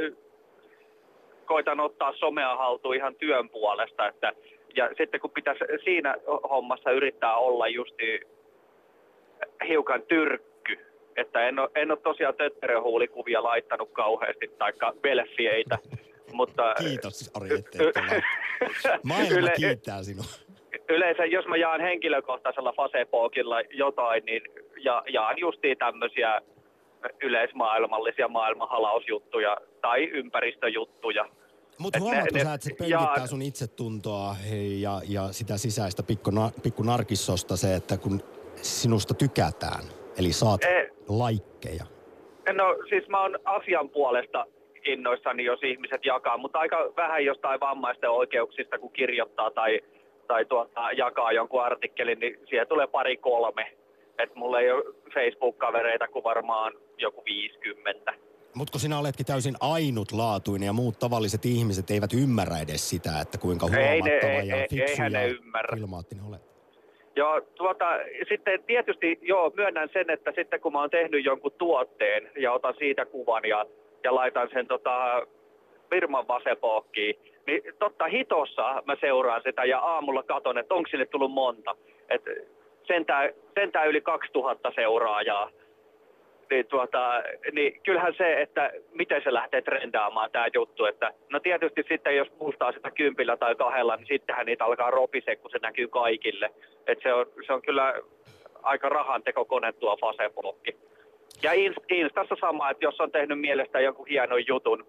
koitan ottaa somea haltuun ihan työn puolesta, että ja sitten kun pitäisi siinä hommassa yrittää olla justi hiukan tyrkky, että en ole, en ole tosiaan tötteröhuulikuvia laittanut kauheasti, taikka belfieitä, mutta... Kiitos, Ari, ettei maailma yle, kiittää sinua. Yleensä, jos mä jaan henkilökohtaisella Facebookilla jotain, niin ja, jaan justiin tämmöisiä yleismaailmallisia maailmanhalausjuttuja tai ympäristöjuttuja. Mutta huomaatko sä, että se pönkittää sun itsetuntoa hei, ja, ja sitä sisäistä pikku, pikku narkissosta se, että kun sinusta tykätään, eli saat e- laikkeja? No siis mä oon asian puolesta innoissani, jos ihmiset jakaa, mutta aika vähän jostain vammaisten oikeuksista, kun kirjoittaa tai, tai tuota, jakaa jonkun artikkelin, niin siihen tulee pari kolme. Että mulla ei ole Facebook-kavereita kuin varmaan joku viisikymmentä. Mutta kun sinä oletkin täysin ainutlaatuinen ja muut tavalliset ihmiset eivät ymmärrä edes sitä, että kuinka huomattava ei ne, ja ei, fiksu eihän ne ja ymmärrä. ilmaattinen olet. Joo, tuota, sitten tietysti joo, myönnän sen, että sitten kun mä oon tehnyt jonkun tuotteen ja otan siitä kuvan ja, ja laitan sen tota, firman Facebookiin, niin totta hitossa mä seuraan sitä ja aamulla katon, että onko sinne tullut monta. Et sentään, sentään yli kaksituhatta seuraajaa. Niin, tuota, niin kyllähän se, että miten se lähtee trendaamaan tämä juttu, että no tietysti sitten jos muistaa sitä kympillä tai kahdella, niin sittenhän niitä alkaa ropisee, kun se näkyy kaikille. Että se on, se on kyllä aika rahantekokone tuo Facebook. Ja Instassa sama, että jos on tehnyt mielestä jonkun hienon jutun,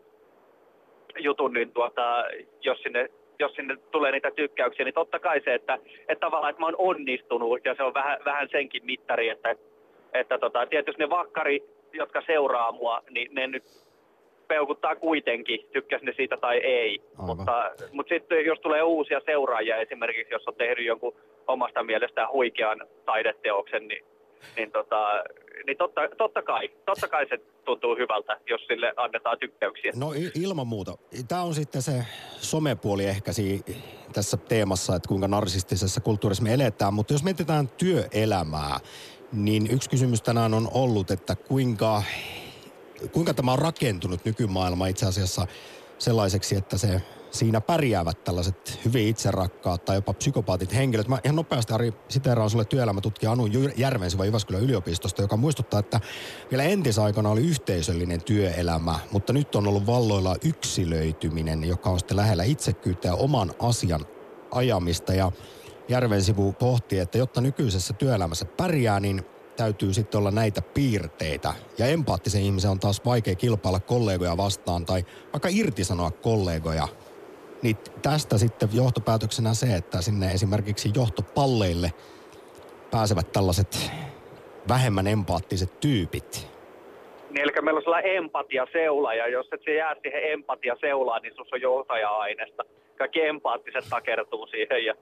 jutun niin tuota, jos sinne jos sinne tulee niitä tykkäyksiä, niin totta kai se, että, että tavallaan että mä oon onnistunut ja se on vähän, vähän senkin mittari, että Että tota, tietysti ne vakkari, jotka seuraa mua, niin ne nyt peukuttaa kuitenkin, tykkäs ne siitä tai ei. Mutta, mutta sitten jos tulee uusia seuraajia, esimerkiksi jos on tehnyt jonkun omasta mielestään huikean taideteoksen, niin, niin, tota, niin totta, totta, kai, totta kai se tuntuu hyvältä, jos sille annetaan tykkäyksiä. No ilman muuta. Tämä on sitten se somepuoli ehkä tässä teemassa, että kuinka narsistisessa kulttuurissa me eletään. Mutta jos mietitään työelämää, niin yksi kysymys tänään on ollut, että kuinka, kuinka tämä on rakentunut nykymaailma itse asiassa sellaiseksi, että se siinä pärjäävät tällaiset hyvin itserakkaat tai jopa psykopaatit henkilöt. Mä ihan nopeasti, Ari, siteeraan sulle työelämätutkija Anu Järvensiva Jyväskylän yliopistosta, joka muistuttaa, että vielä entisaikana oli yhteisöllinen työelämä, mutta nyt on ollut valloilla yksilöityminen, joka on sitten lähellä itsekkyyttä ja oman asian ajamista. Ja Järvensivu pohti, että jotta nykyisessä työelämässä pärjää, niin täytyy sitten olla näitä piirteitä. Ja empaattisen ihmisen on taas vaikea kilpailla kollegoja vastaan tai vaikka irtisanoa kollegoja. Niin tästä sitten johtopäätöksenä se, että sinne esimerkiksi johtopalleille pääsevät tällaiset vähemmän empaattiset tyypit. Niin, eli meillä on sellainen empatiaseula, ja jos et se jää siihen empatiaseulaan, niin sinussa on johtaja-aineesta. Kaikki empaattiset takertuu siihen ja...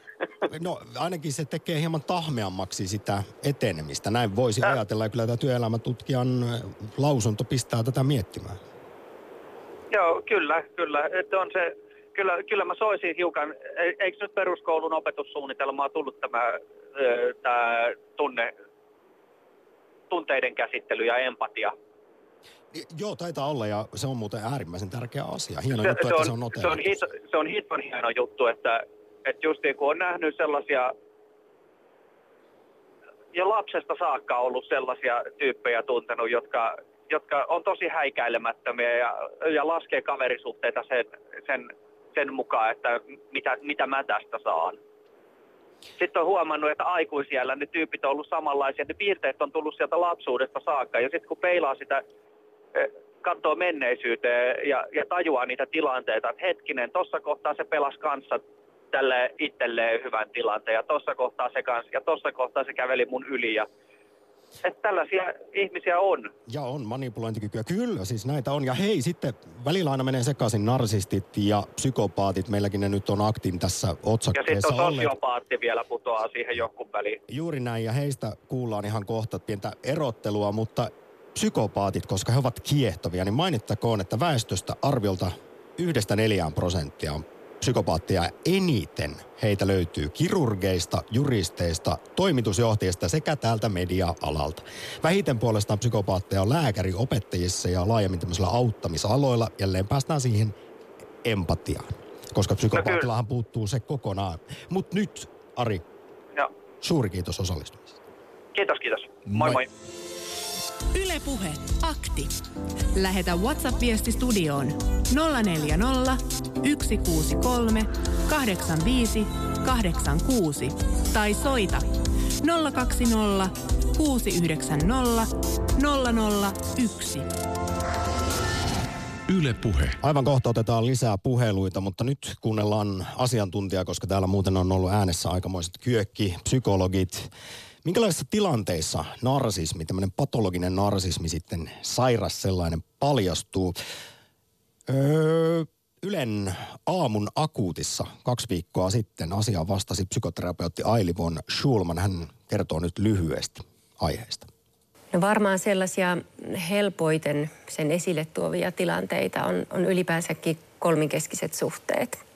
No ainakin se tekee hieman tahmeammaksi sitä etenemistä. Näin voisi äh. ajatella, ja kyllä tämä työelämätutkijan lausunto pistää tätä miettimään. Joo, kyllä, kyllä. Että on se, kyllä, kyllä mä soisin hiukan, eikö nyt peruskoulun opetussuunnitelmaa tullut tämä, tämä tunne, tunteiden käsittely ja empatia? Joo, taitaa olla, ja se on muuten äärimmäisen tärkeä asia. Hieno se, juttu, se että on, se on noteerattu. Se on, hito, se on hiton hieno juttu, että Että justiin kun on nähnyt sellaisia, jo lapsesta saakka ollut sellaisia tyyppejä tuntenut, jotka, jotka on tosi häikäilemättömiä ja, ja laskee kaverisuhteita sen, sen, sen mukaan, että mitä, mitä mä tästä saan. Sitten on huomannut, että aikuisiällä ne tyypit on ollut samanlaisia, ne piirteet on tullut sieltä lapsuudesta saakka. Ja sitten kun peilaa sitä, katsoo menneisyyteen ja, ja tajuaa niitä tilanteita, että hetkinen, tossa kohtaa se pelasi kanssa tälle itselleen hyvän tilanteen ja tossa kohtaa se kanssa ja tossa kohtaa se käveli mun yli ja että tällaisia ihmisiä on. Ja on manipulointikykyä. Kyllä, siis näitä on. Ja hei, sitten välillä aina menee sekaisin narsistit ja psykopaatit. Meilläkin ne nyt on aktiin tässä otsakkeessa. Ja sitten on sosiopaatti vielä putoaa siihen jonkun väliin. Juuri näin, ja heistä kuullaan ihan kohta pientä erottelua, mutta psykopaatit, koska he ovat kiehtovia, niin mainittakoon, että väestöstä arviolta yhdestä neljään prosenttia on psykopaatteja. Eniten heitä löytyy kirurgeista, juristeista, toimitusjohtajista sekä täältä media-alalta. Vähiten puolestaan psykopaatteja on lääkäri, opettajissa ja laajemmin tämmöisillä auttamisaloilla. Jälleen päästään siihen empatiaan, koska psykopaattillahan puuttuu se kokonaan. Mutta nyt, Ari, ja. Suuri kiitos osallistumisesta. Kiitos, kiitos. Moi moi. moi. Yle Puhe. Akti. Lähetä WhatsApp-viesti studioon nolla neljä nolla, yksi kuusi kolme, kahdeksan viisi, kahdeksan kuusi tai soita nolla kaksi nolla, kuusi yhdeksän nolla, nolla nolla yksi. Yle Puhe. Aivan kohta otetaan lisää puheluita, mutta nyt kuunnellaan asiantuntijaa, koska täällä muuten on ollut äänessä aikamoiset kyökki, psykologit. Minkälaisissa tilanteissa narsismi, tämmöinen patologinen narsismi sitten, sairas sellainen, paljastuu? Öö, Ylen aamun akuutissa kaksi viikkoa sitten asiaan vastasi psykoterapeutti Aili von Schulman. Hän kertoo nyt lyhyesti aiheesta. No varmaan sellaisia helpoiten sen esille tuovia tilanteita on, on ylipäänsäkin kolminkeskiset suhteet.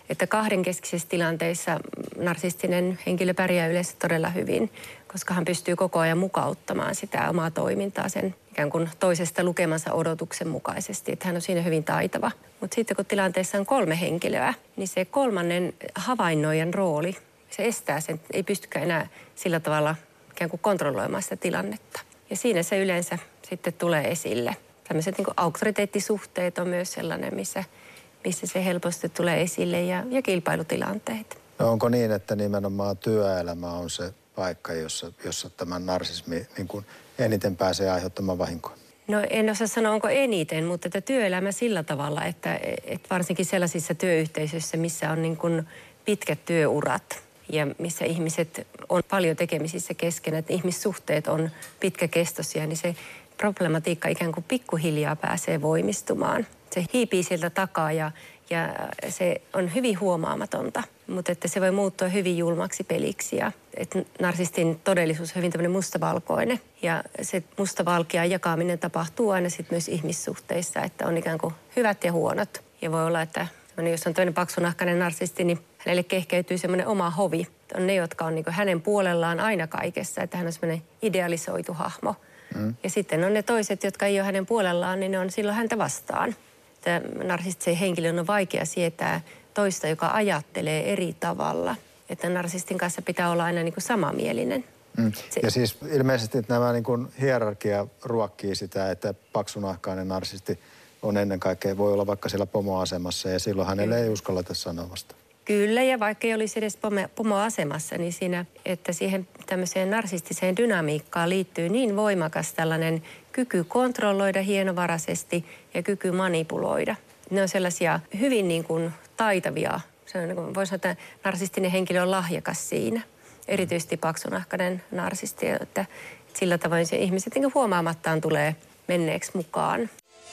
Että kahdenkeskisissä tilanteissa narsistinen henkilö pärjää yleensä todella hyvin, koska hän pystyy koko ajan mukauttamaan sitä omaa toimintaa sen ikään kuin toisesta lukemansa odotuksen mukaisesti, että hän on siinä hyvin taitava. Mutta sitten kun tilanteessa on kolme henkilöä, niin se kolmannen havainnoijan rooli, se estää sen, ei pystykään enää sillä tavalla ikään kuin kontrolloimaan sitä tilannetta. Ja siinä se yleensä sitten tulee esille. Tämmöiset niin kuin auktoriteettisuhteet on myös sellainen, missä, missä se helposti tulee esille ja, ja kilpailutilanteet. No onko niin, että nimenomaan työelämä on se paikka, jossa, jossa tämä narsismi niin kuin eniten pääsee aiheuttamaan vahinkoa? No en osaa sanoa, onko eniten, mutta että työelämä sillä tavalla, että, että varsinkin sellaisissa työyhteisöissä, missä on niin kuin pitkät työurat ja missä ihmiset on paljon tekemisissä keskenään, että ihmissuhteet on pitkäkestoisia, niin se problematiikka ikään kuin pikkuhiljaa pääsee voimistumaan. Se hiipii sieltä takaa ja, ja se on hyvin huomaamatonta, mutta että se voi muuttua hyvin julmaksi peliksi. Ja, että narsistin todellisuus on hyvin tämmöinen mustavalkoinen ja se mustavalkean jakaminen tapahtuu aina sitten myös ihmissuhteissa, että on ikään kuin hyvät ja huonot. Ja voi olla, että jos on toinen paksunahkainen narsisti, niin hänelle kehkeytyy semmoinen oma hovi. On ne, jotka on niin kuin hänen puolellaan aina kaikessa, että hän on semmoinen idealisoitu hahmo. Mm. Ja sitten on ne toiset, jotka ei ole hänen puolellaan, niin ne on silloin häntä vastaan. Narsistisen henkilön on vaikea sietää toista, joka ajattelee eri tavalla. Että narsistin kanssa pitää olla aina niin kuin samamielinen. Mm. Se... Ja siis ilmeisesti nämä niin kuin hierarkia ruokkii sitä, että paksunahkainen narsisti on ennen kaikkea, voi olla vaikka siellä pomoasemassa ja silloin hänelle ei uskalleta sanoa vasta. Kyllä, ja vaikka ei olisi edes pomoasemassa, niin siinä, että siihen tämmöiseen narsistiseen dynamiikkaan liittyy niin voimakas tällainen kyky kontrolloida hienovaraisesti ja kyky manipuloida. Ne on sellaisia hyvin niin kuin taitavia, voisi sanoa, että narsistinen henkilö on lahjakas siinä. Erityisesti paksunahkainen narsisti, että sillä tavoin se ihmiset niin huomaamattaan tulee menneeksi mukaan.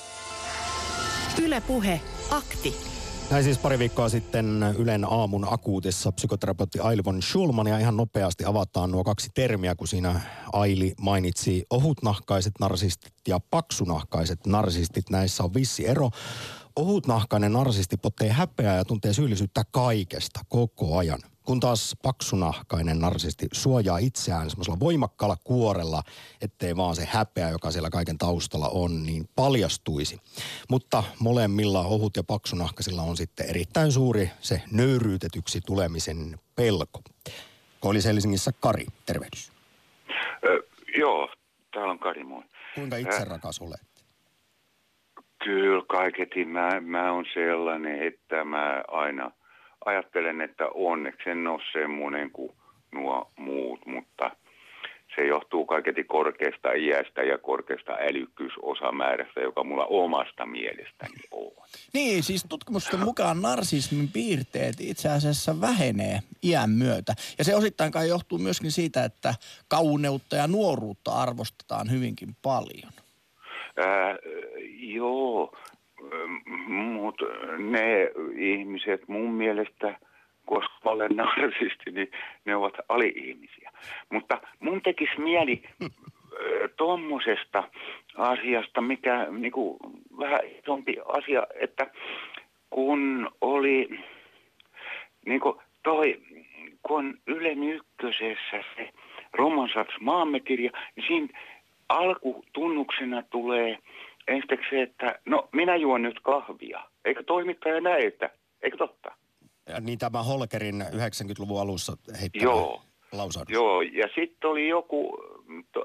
Yle Puhe, akti. Näin siis pari viikkoa sitten Ylen aamun akuutissa psykoterapeutti Aili von Schulman, ja ihan nopeasti avataan nuo kaksi termiä, kun siinä Aili mainitsi ohutnahkaiset narsistit ja paksunahkaiset narsistit. Näissä on vissi ero. Ohutnahkainen narsisti pottee häpeää ja tuntee syyllisyyttä kaikesta koko ajan. Kun taas paksunahkainen narsisti suojaa itseään semmoisella voimakkaalla kuorella, ettei vaan se häpeä, joka siellä kaiken taustalla on, niin paljastuisi. Mutta molemmilla ohut- ja paksunahkaisilla on sitten erittäin suuri se nöyryytetyksi tulemisen pelko. Koillis Helsingissä Kari, tervehdys. Ö, joo, täällä on Kari, moi. Kuinka itserakas olet? Kyllä kaiketi mä, mä on sellainen, että mä aina ajattelen, että onneksi en ole semmoinen kuin nuo muut, mutta se johtuu kaiketi korkeasta iästä ja korkeasta älykkyysosamäärästä, joka mulla omasta mielestäni on. Niin, siis tutkimusten mukaan narsismin piirteet itse asiassa vähenee iän myötä. Ja se osittain kai johtuu myöskin siitä, että kauneutta ja nuoruutta arvostetaan hyvinkin paljon. Ää, joo, mutta ne ihmiset mun mielestä, koska olen narsisti, niin ne ovat ali-ihmisiä. Mutta mun tekisi mieli tuommoisesta asiasta, mikä niinku vähän isompi asia, että kun oli niinku toi, kun Ylen ykkösessä se Romansats Maamme-kirja, niin siinä alkutunnuksena tulee ensiksi se, että no minä juon nyt kahvia. Eikö toimittaja näe, että eikö totta? Ja niin tämä Holkerin yhdeksänkymmentäluvun alussa heittämä Joo. lausahdus. Joo, ja sitten oli joku, to,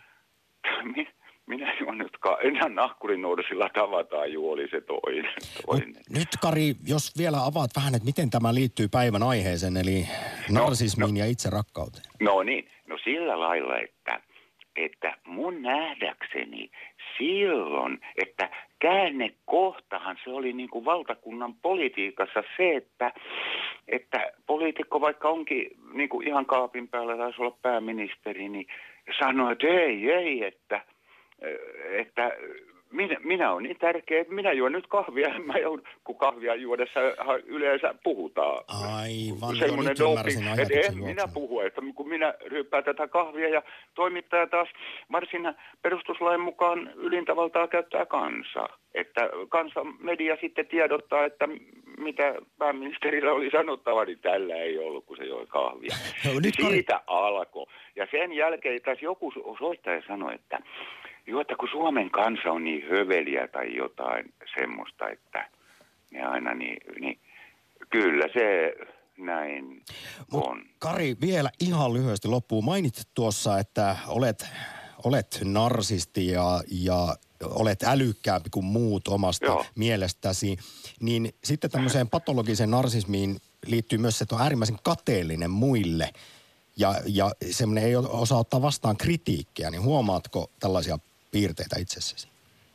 minä juon nyt ka- enää nahkurinoudsilla tavataan juoli se toinen. toinen. Nyt Kari, jos vielä avaat vähän, että miten tämä liittyy päivän aiheeseen, eli narsismiin no, no, ja itserakkauteen. No niin, no sillä lailla, että että mun nähdäkseni silloin, että käännekohtahan se oli niin kuin valtakunnan politiikassa se, että, että poliitikko vaikka onkin niin kuin ihan kaapin päällä, taisi olla pääministeri, niin sanoi, että ei, ei, että, että minä, minä olen niin tärkeä, että minä juon nyt kahvia. Mä joudun, kun kahvia juodessa yleensä puhutaan. Aivan, semmoinen nyt ymmärsin doping, että en ajatuksen minä juoksun. puhu, että kun minä ryyppään tätä kahvia ja toimittaja taas Marsin perustuslain mukaan ylintä valtaa käyttää kansa. Että kansa media sitten tiedottaa, että mitä pääministerillä oli sanottava, niin tällä ei ollut, kun se joi kahvia. No, nyt siitä alkoi. Ja sen jälkeen taas joku soittaja sanoi, että joo, että kun Suomen kansa on niin höveliä tai jotain semmoista, että ne aina niin, niin kyllä se näin Mut on. Kari, vielä ihan lyhyesti loppuun. Mainitsit tuossa, että olet, olet narsisti ja, ja olet älykkäämpi kuin muut omasta Joo. mielestäsi. Niin sitten tämmöiseen patologiseen narsismiin liittyy myös se, että on äärimmäisen kateellinen muille ja, ja semmoinen ei osaa ottaa vastaan kritiikkiä. Niin huomaatko tällaisia piirteitä itsessäsi?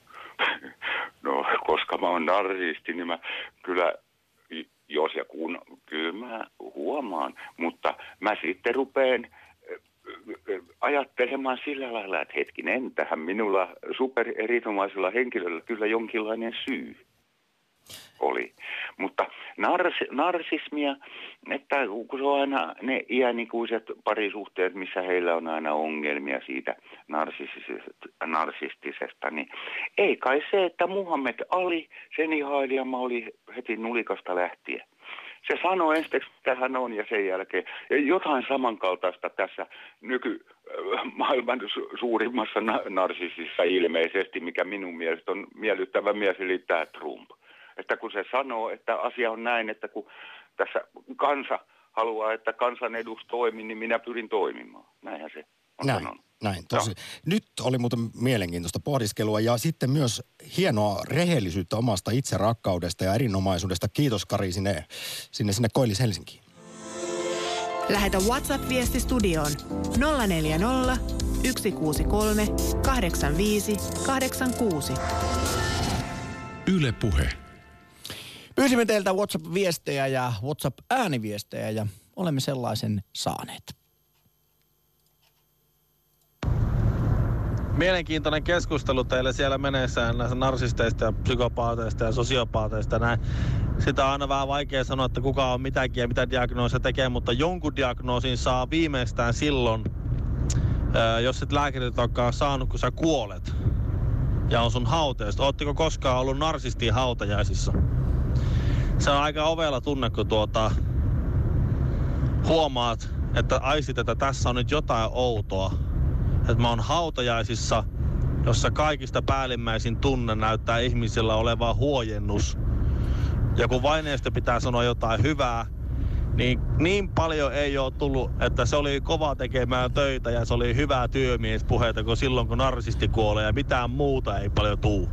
No, koska mä oon narsisti, niin mä kyllä, jos ja kun, kyllä mä huomaan, mutta mä sitten rupeen ajattelemaan sillä lailla, että hetkinen, tähän minulla supererinomaisella henkilöllä kyllä jonkinlainen syy oli. Mutta nars, narsismia, että kun se on aina ne iänikuiset parisuhteet, missä heillä on aina ongelmia siitä narsistisesta, narsistisesta, niin ei kai se, että Muhammed Ali, sen ihailija oli heti nulikasta lähtien. Se sanoi ensin, mitä hän on, ja sen jälkeen jotain samankaltaista tässä nykymaailman suurimmassa narsisissa ilmeisesti, mikä minun mielestä on miellyttävä mies, eli tämä Trump. Että kun se sanoo, että asia on näin, että kun tässä kansa haluaa, että kansanedus toimii, niin minä pyrin toimimaan. Näinhän se on Näin. sanonut. Näin, tosi. Nyt oli muuten mielenkiintoista pohdiskelua ja sitten myös hienoa rehellisyyttä omasta itserakkaudesta ja erinomaisuudesta. Kiitos Kari sinne, sinne, sinne Koillis-Helsinkiin. Lähetä WhatsApp-viesti studioon nolla neljä nolla, yksi kuusi kolme, kahdeksan viisi, kahdeksan kuusi. Yle Puhe. Pyysimme teiltä WhatsApp-viestejä ja WhatsApp-ääniviestejä ja olemme sellaisen saaneet. Mielenkiintoinen keskustelu teille siellä meneessään näistä narsisteista ja psykopaateista ja sosiopaateista. Näin. Sitä on aina vähän vaikea sanoa, että kuka on mitäkin ja mitä diagnoosia tekee, mutta jonkun diagnoosin saa viimeistään silloin, jos et lääkärit olekaan saanut, kun sä kuolet ja on sun hauteesta. Ootteko koskaan ollut narsistin hautajaisissa? Se on aika ovella tunne, kun tuota, huomaat, että aistit, että tässä on nyt jotain outoa. Että mä oon hautajaisissa, jossa kaikista päällimmäisin tunne näyttää ihmisillä olevaa huojennus. Ja kun vaineesta pitää sanoa jotain hyvää, niin niin paljon ei ole tullut, että se oli kova tekemään töitä ja se oli hyvää työmiespuheita, kun silloin kun narsisti kuolee ja mitään muuta ei paljon tuu.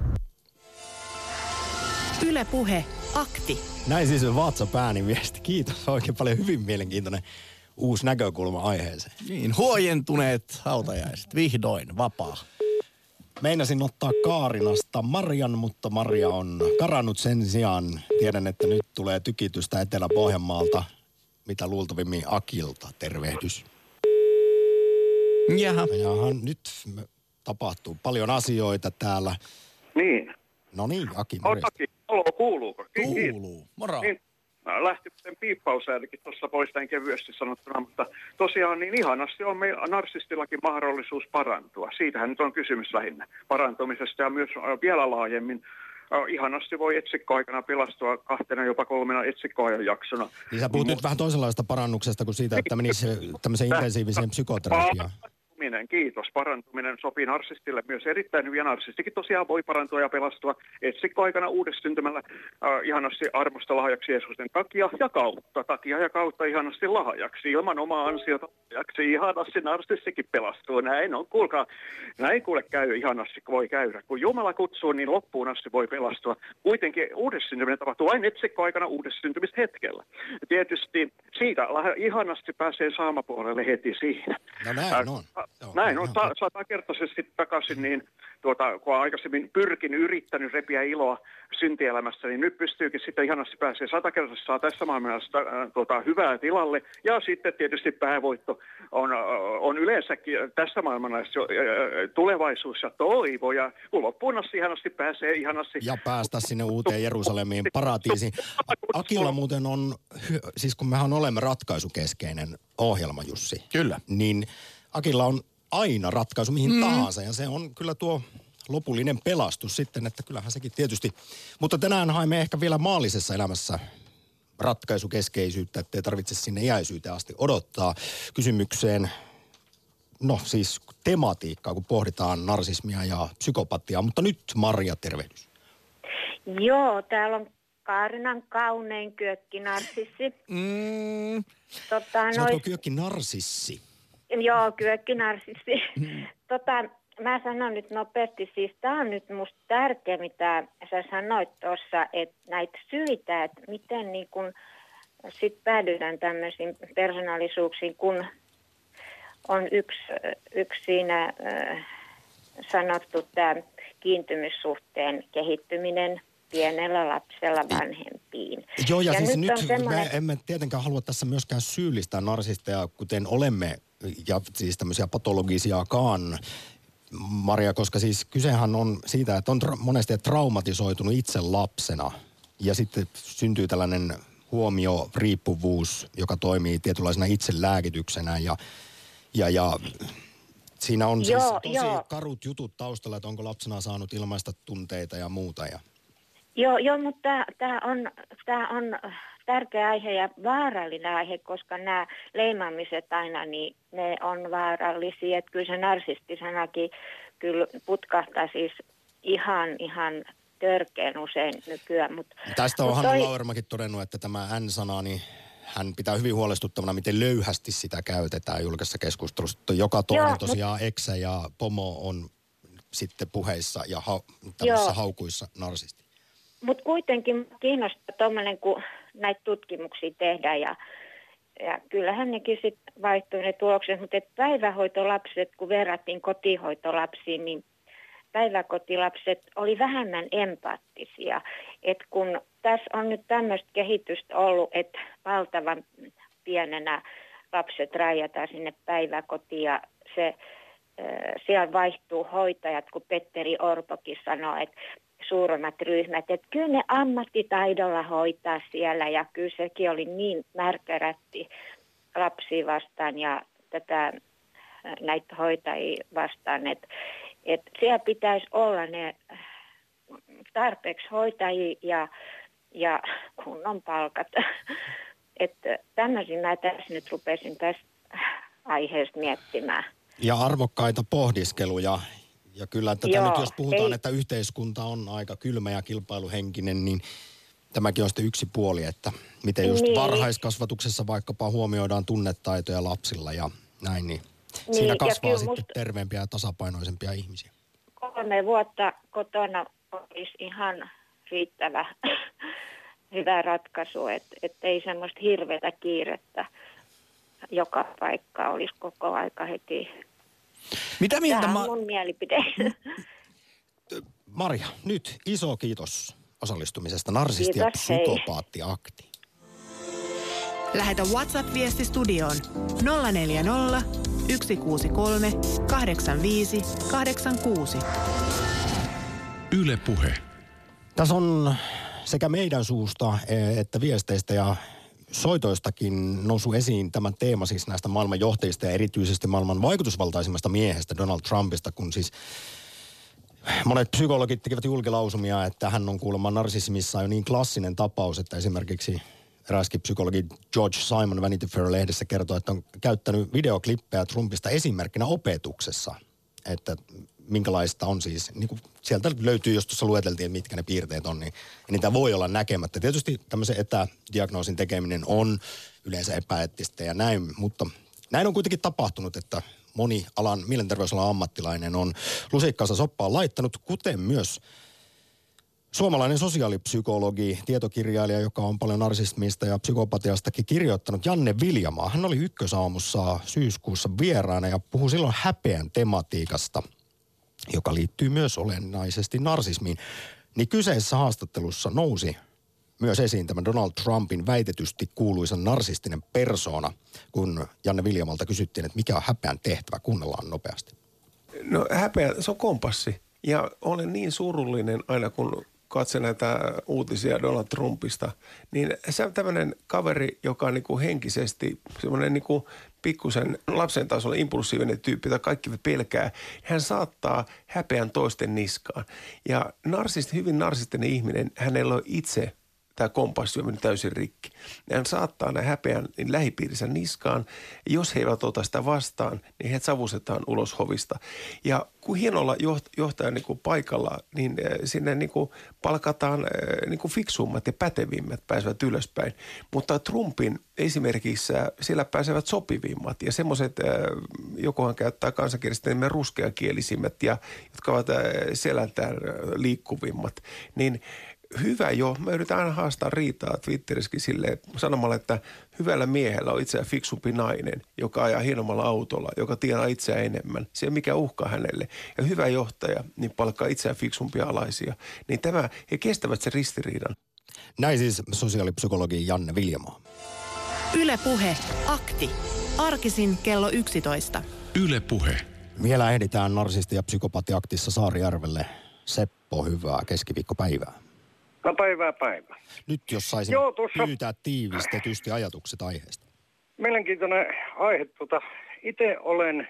Yle Puhe, akti. Näin siis WhatsApp-ääniviesti. Kiitos oikein paljon. Hyvin mielenkiintoinen uusi näkökulma aiheeseen. Niin, huojentuneet hautajaiset. Vihdoin vapaa. Meinasin ottaa Kaarinasta Marian, mutta Maria on karannut sen sijaan. Tiedän, että nyt tulee tykitystä Etelä-Pohjanmaalta. Mitä luultavimmin Akilta. Tervehdys. Jaha. Jaha, nyt tapahtuu paljon asioita täällä. Niin. No niin, Aki, On morjesta. Aki, alo, kuuluuko? Ki- Kuuluu. Moro. Niin, lähti sen piippausäänikin tuossa pois näin kevyesti sanottuna, mutta tosiaan niin ihanasti on meillä narsistillakin mahdollisuus parantua. Siitähän nyt on kysymys lähinnä parantumisesta ja myös vielä laajemmin. Ihanasti voi etsikkoaikana pelastua kahtena, jopa kolmena etsikkoajan jaksona. Niin sä puhut Mut- nyt vähän toisenlaista parannuksesta kuin siitä, että menisi tämmöiseen intensiiviseen psykoterapiaan. Parantuminen, kiitos. Parantuminen sopii narsistille myös erittäin hyvin. Narsistikin tosiaan voi parantua ja pelastua etsikkoaikana uudestyntymällä äh, ihanasti armosta lahjaksi Jeesuksen takia ja kautta. Takia ja kautta ihanasti lahjaksi. Ilman omaa ansiota lahjaksi ihanasti narsistikin pelastuu. Näin on, kuulkaa. Näin kuule käy ihanasti, voi käydä. Kun Jumala kutsuu, niin loppuun asti voi pelastua. Kuitenkin uudestyntyminen tapahtuu aina etsikkoaikana uudestyntymishetkellä. Tietysti siitä ihanasti pääsee saamapuolelle heti siinä. No näin on. Äh, Näin on sa- satakertaisesti takaisin, niin tuota, kun on aikaisemmin pyrkinyt, yrittänyt repiä iloa syntielämässä, niin nyt pystyykin sitten ihanasti pääsee satakertaisesti saa tässä maailmassa äh, tuota, hyvää tilalle. Ja sitten tietysti päävoitto on, äh, on yleensäkin tässä maailmassa äh, tulevaisuus ja toivo. Ja kun loppuun asti ihanasti pääsee ihanasti. Ja päästä sinne uuteen Jerusalemiin, paratiisiin. Akilla muuten on, siis kun mehän olemme ratkaisukeskeinen ohjelma, Jussi. Kyllä. Niin Akilla on aina ratkaisu mihin mm. tahansa ja se on kyllä tuo lopullinen pelastus sitten, että kyllähän sekin tietysti. Mutta tänään haemme ehkä vielä maallisessa elämässä ratkaisukeskeisyyttä, ettei tarvitse sinne iäisyyteen asti odottaa kysymykseen. No siis tematiikkaa, kun pohditaan narsismia ja psykopatiaa, mutta nyt Maria, tervehdys. Joo, täällä on Kaarinan kaunein kyökkinarsissi. Mm. Tota, Sä ootko kyökkinarsissi? Joo, kyökkinarsissi. Mm. Tota, mä sanon nyt nopeasti, siis tää on nyt musta tärkeä, mitä sä sanoit tuossa, että näitä syitä, että miten niin kun sit päädytään tämmöisiin persoonallisuuksiin, kun on yksi, yksi siinä äh, sanottu tämä kiintymyssuhteen kehittyminen pienellä lapsella vanhempiin. Joo, ja, ja siis nyt, nyt semmoinen... me emme tietenkään halua tässä myöskään syyllistää narsisteja, kuten olemme, ja siis tämmöisiä patologisiakaan, Maria, koska siis kysehän on siitä, että on tra- monesti traumatisoitunut itse lapsena, ja sitten syntyy tällainen huomioriippuvuus, joka toimii tietynlaisena itselääkityksenä, ja, ja, ja siinä on joo, siis tosi joo. karut jutut taustalla, että onko lapsena saanut ilmaista tunteita ja muuta, ja Joo, joo, mutta tämä on, tää on tärkeä aihe ja vaarallinen aihe, koska nämä leimaamiset aina, niin ne on vaarallisia. Että kyllä se narsistisanakin kyllä putkahtaa siis ihan, ihan törkeän usein nykyään. Mut, tästä on mut Hannu toi... Lauermakin todennut, että tämä N-sana, niin hän pitää hyvin huolestuttavana, miten löyhästi sitä käytetään julkisessa keskustelussa. Joka toinen joo, tosiaan mut... eksä ja pomo on sitten puheissa ja ha- tämmöisissä haukuissa narsisti. Mutta kuitenkin kiinnostaa tuommoinen, kun näitä tutkimuksia tehdään ja, ja kyllähän nekin sitten vaihtuu ne tulokset, mutta päivähoitolapset, kun verrattiin kotihoitolapsiin, niin päiväkotilapset oli vähemmän empaattisia. Et kun tässä on nyt tämmöistä kehitystä ollut, että valtavan pienenä lapset rajataan sinne päiväkotiin ja se, siellä vaihtuu hoitajat, kun Petteri Orpokin sanoi, että suuremmat ryhmät, että kyllä ne ammattitaidolla hoitaa siellä ja kyllä sekin oli niin märkärätti lapsia vastaan ja tätä, näitä hoitajia vastaan, että, että siellä pitäisi olla ne tarpeeksi hoitajia ja, ja kunnon palkat. Että tämmöisiä mä tässä nyt rupesin tästä aiheesta miettimään. Ja arvokkaita pohdiskeluja. Ja kyllä tätä Joo, nyt, jos puhutaan, ei. että yhteiskunta on aika kylmä ja kilpailuhenkinen, niin tämäkin on sitten yksi puoli, että miten just niin. varhaiskasvatuksessa vaikkapa huomioidaan tunnetaitoja lapsilla ja näin, niin, niin siinä kasvaa sitten musta... terveempiä ja tasapainoisempia ihmisiä. Kolme vuotta kotona olisi ihan riittävä hyvä ratkaisu, että et ei semmoista hirveätä kiirettä joka paikka olisi koko aika heti. Mitä mieltä Tämä ma- on mun mielipide. Maria, nyt iso kiitos osallistumisesta Narsisti ja Kiitos, psykopaatti-akti. Lähetä WhatsApp-viesti studioon nolla neljä nolla, yksi kuusi kolme, kahdeksan viisi, kahdeksan kuusi. Yle Puhe. Tässä on sekä meidän suusta että viesteistä ja soitoistakin nousu esiin tämä teema siis näistä maailman johtajista ja erityisesti maailman vaikutusvaltaisimmasta miehestä Donald Trumpista, kun siis monet psykologit tekevät julkilausumia, että hän on kuulemma narsismissa jo niin klassinen tapaus, että esimerkiksi eräskin psykologi George Simon Vanity Fair-lehdessä kertoo, että on käyttänyt videoklippejä Trumpista esimerkkinä opetuksessa, että minkälaista on siis, niin kuin sieltä löytyy, jos tuossa lueteltiin, mitkä ne piirteet on, niin niitä voi olla näkemättä. Tietysti tämmöisen etädiagnoosin tekeminen on yleensä epäeettistä ja näin, mutta näin on kuitenkin tapahtunut, että moni alan, mielenterveysalan ammattilainen on lusikkaansa soppaan laittanut, kuten myös Suomalainen sosiaalipsykologi, tietokirjailija, joka on paljon narsismista ja psykopatiastakin kirjoittanut, Janne Viljamaa. Hän oli Ykkösaamussa syyskuussa vieraana ja puhui silloin häpeän tematiikasta, joka liittyy myös olennaisesti narsismiin. Niin kyseisessä haastattelussa nousi myös esiin tämä Donald Trumpin väitetysti kuuluisa narsistinen persoona, kun Janne Viljamalta kysyttiin, että mikä on häpeän tehtävä. Kuunnellaan nopeasti. No häpeä, se on kompassi. Ja olen niin surullinen aina, kun katse näitä uutisia Donald Trumpista, niin se on tämmöinen kaveri, joka on niin kuin henkisesti semmoinen niin kuin pikkusen lapsen tasolla impulsiivinen tyyppi, jota kaikki pelkää. Hän saattaa häpeän toisten niskaan. Ja narsisti, hyvin narsistinen ihminen, hänellä on itse tämä kompassi on mennyt täysin rikki. Ja hän saattaa nämä häpeän niin lähipiirissä niskaan. Jos he eivät ota sitä vastaan, niin heidät savusetaan ulos hovista. Ja kun hienolla johtajan niin kuin paikalla, niin sinne niin kuin palkataan niin kuin fiksuimmat ja pätevimmät pääsevät ylöspäin. Mutta Trumpin esimerkiksi siellä pääsevät sopivimmat ja semmoiset, jokohan käyttää kansankielistä nimen ruskeakielisimmät ja jotka ovat selältään liikkuvimmat, niin hyvä jo. Mä yritän aina haastaa riitaa Twitterissäkin silleen sanomalla, että hyvällä miehellä on itseään fiksumpi nainen, joka ajaa hienommalla autolla, joka tienaa itseään enemmän. Se ei ole mikään uhka hänelle. Ja hyvä johtaja, niin palkkaa itseään fiksumpia alaisia. Niin tämä, he kestävät sen ristiriidan. Näin siis sosiaalipsykologi Janne Viljamaa. Yle Puhe, akti. Arkisin kello yksitoista. Yle Puhe. Vielä ehditään narsisti- ja psykopatiaktissa Saarijärvelle. Seppo, hyvää keskiviikkopäivää. No päivää päivää. Nyt jos saisin Joo, tuossa pyytää tiivistetysti ajatukset aiheesta. Mielenkiintoinen aihe. Tuota, itse olen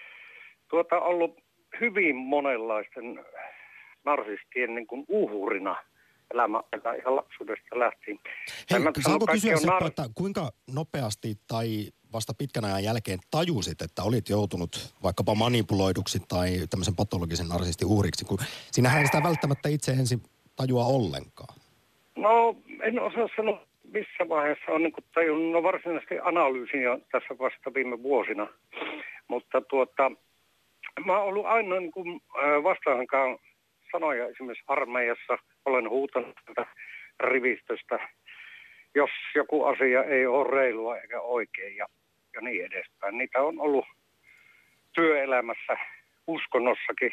tuota, ollut hyvin monenlaisten narsistien niin kuin uhurina elämä ihan lapsuudesta lähtien. Hei, Mä saanko kysyä Seppo, nar- että kuinka nopeasti tai vasta pitkän ajan jälkeen tajusit, että olit joutunut vaikkapa manipuloiduksi tai tämmöisen patologisen narsistin uhriksi, kun sinähän ei sitä välttämättä itse ensin tajua ollenkaan? No, en osaa sanoa, missä vaiheessa on niin kuin tajunnut. No varsinaisesti analyysin jo tässä vasta viime vuosina. Mutta tuota, mä oon ollut aina niin kuin vastaankaan sanoja esimerkiksi armeijassa. Olen huutanut tätä rivistöstä, jos joku asia ei ole reilua eikä oikein ja, ja niin edespäin. Niitä on ollut työelämässä, uskonnossakin.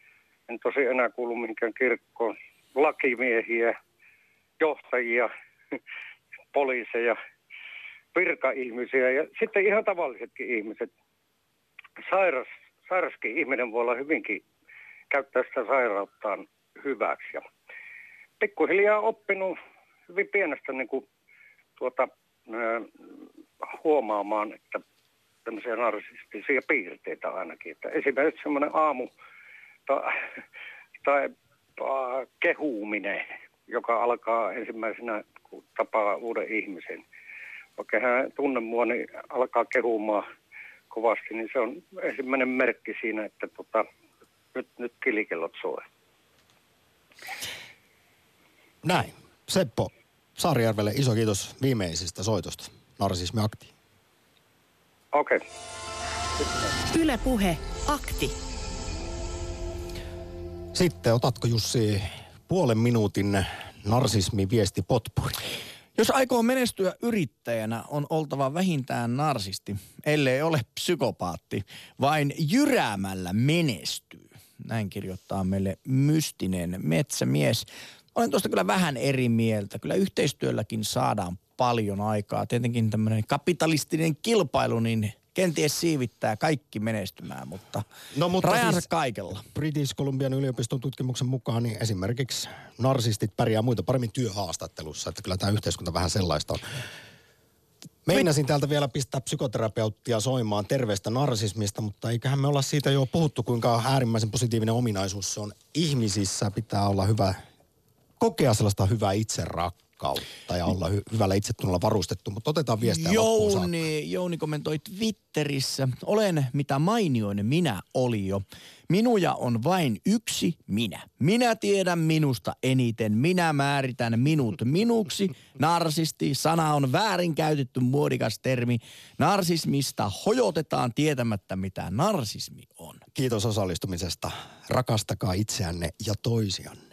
En tosi enää kuulu mihinkään kirkkoon. Lakimiehiä, johtajia, poliiseja, virkaihmisiä ja sitten ihan tavallisetkin ihmiset. Sairas, sairaskin ihminen voi olla hyvinkin käyttää sitä sairauttaan hyväksi. Ja pikkuhiljaa oppinut hyvin pienestä niin kuin, tuota, äh, huomaamaan, että tämmöisiä narsistisia piirteitä ainakin. Että esimerkiksi semmoinen aamu tai, tai äh, kehuuminen, joka alkaa ensimmäisenä, kun tapaa uuden ihmisen. Vaikka hän tunne mua, niin alkaa kehumaan kovasti, niin se on ensimmäinen merkki siinä, että tota, nyt, nyt kilikellot soi. Näin. Seppo Saarijärvelle iso kiitos viimeisestä soitosta Narsismi Akti. Okei. Okay. Yle Puhe, akti. Sitten otatko Jussi puolen minuutin narsismi viesti potpuri? Jos aikoo menestyä yrittäjänä, on oltava vähintään narsisti, ellei ole psykopaatti. Vain jyräämällä menestyy. Näin kirjoittaa meille mystinen metsämies. Olen tuosta kyllä vähän eri mieltä. Kyllä yhteistyölläkin saadaan paljon aikaa. Tietenkin tämmöinen kapitalistinen kilpailu, niin kenties siivittää kaikki menestymään, mutta, no, mutta rajansa siis kaikella. British Columbian yliopiston tutkimuksen mukaan niin esimerkiksi narsistit pärjää muita paremmin työhaastattelussa, että kyllä tämä yhteiskunta vähän sellaista on. Meinasin täältä vielä pistää psykoterapeuttia soimaan terveestä narsismista, mutta eiköhän me olla siitä jo puhuttu, kuinka äärimmäisen positiivinen ominaisuus se on. Ihmisissä pitää olla hyvä, kokea sellaista hyvää itserakkautta ja olla hy- hyvällä itsetunnolla varustettu, mutta otetaan viestiä loppuun saakka. Jouni, Jouni kommentoi Twitterissä. Olen mitä mainioin minä oli jo. Minuja on vain yksi minä. Minä tiedän minusta eniten. Minä määritän minut minuksi. Narsisti, sana on väärin käytetty muodikas termi. Narsismista hojotetaan tietämättä mitä narsismi on. Kiitos osallistumisesta. Rakastakaa itseänne ja toisianne.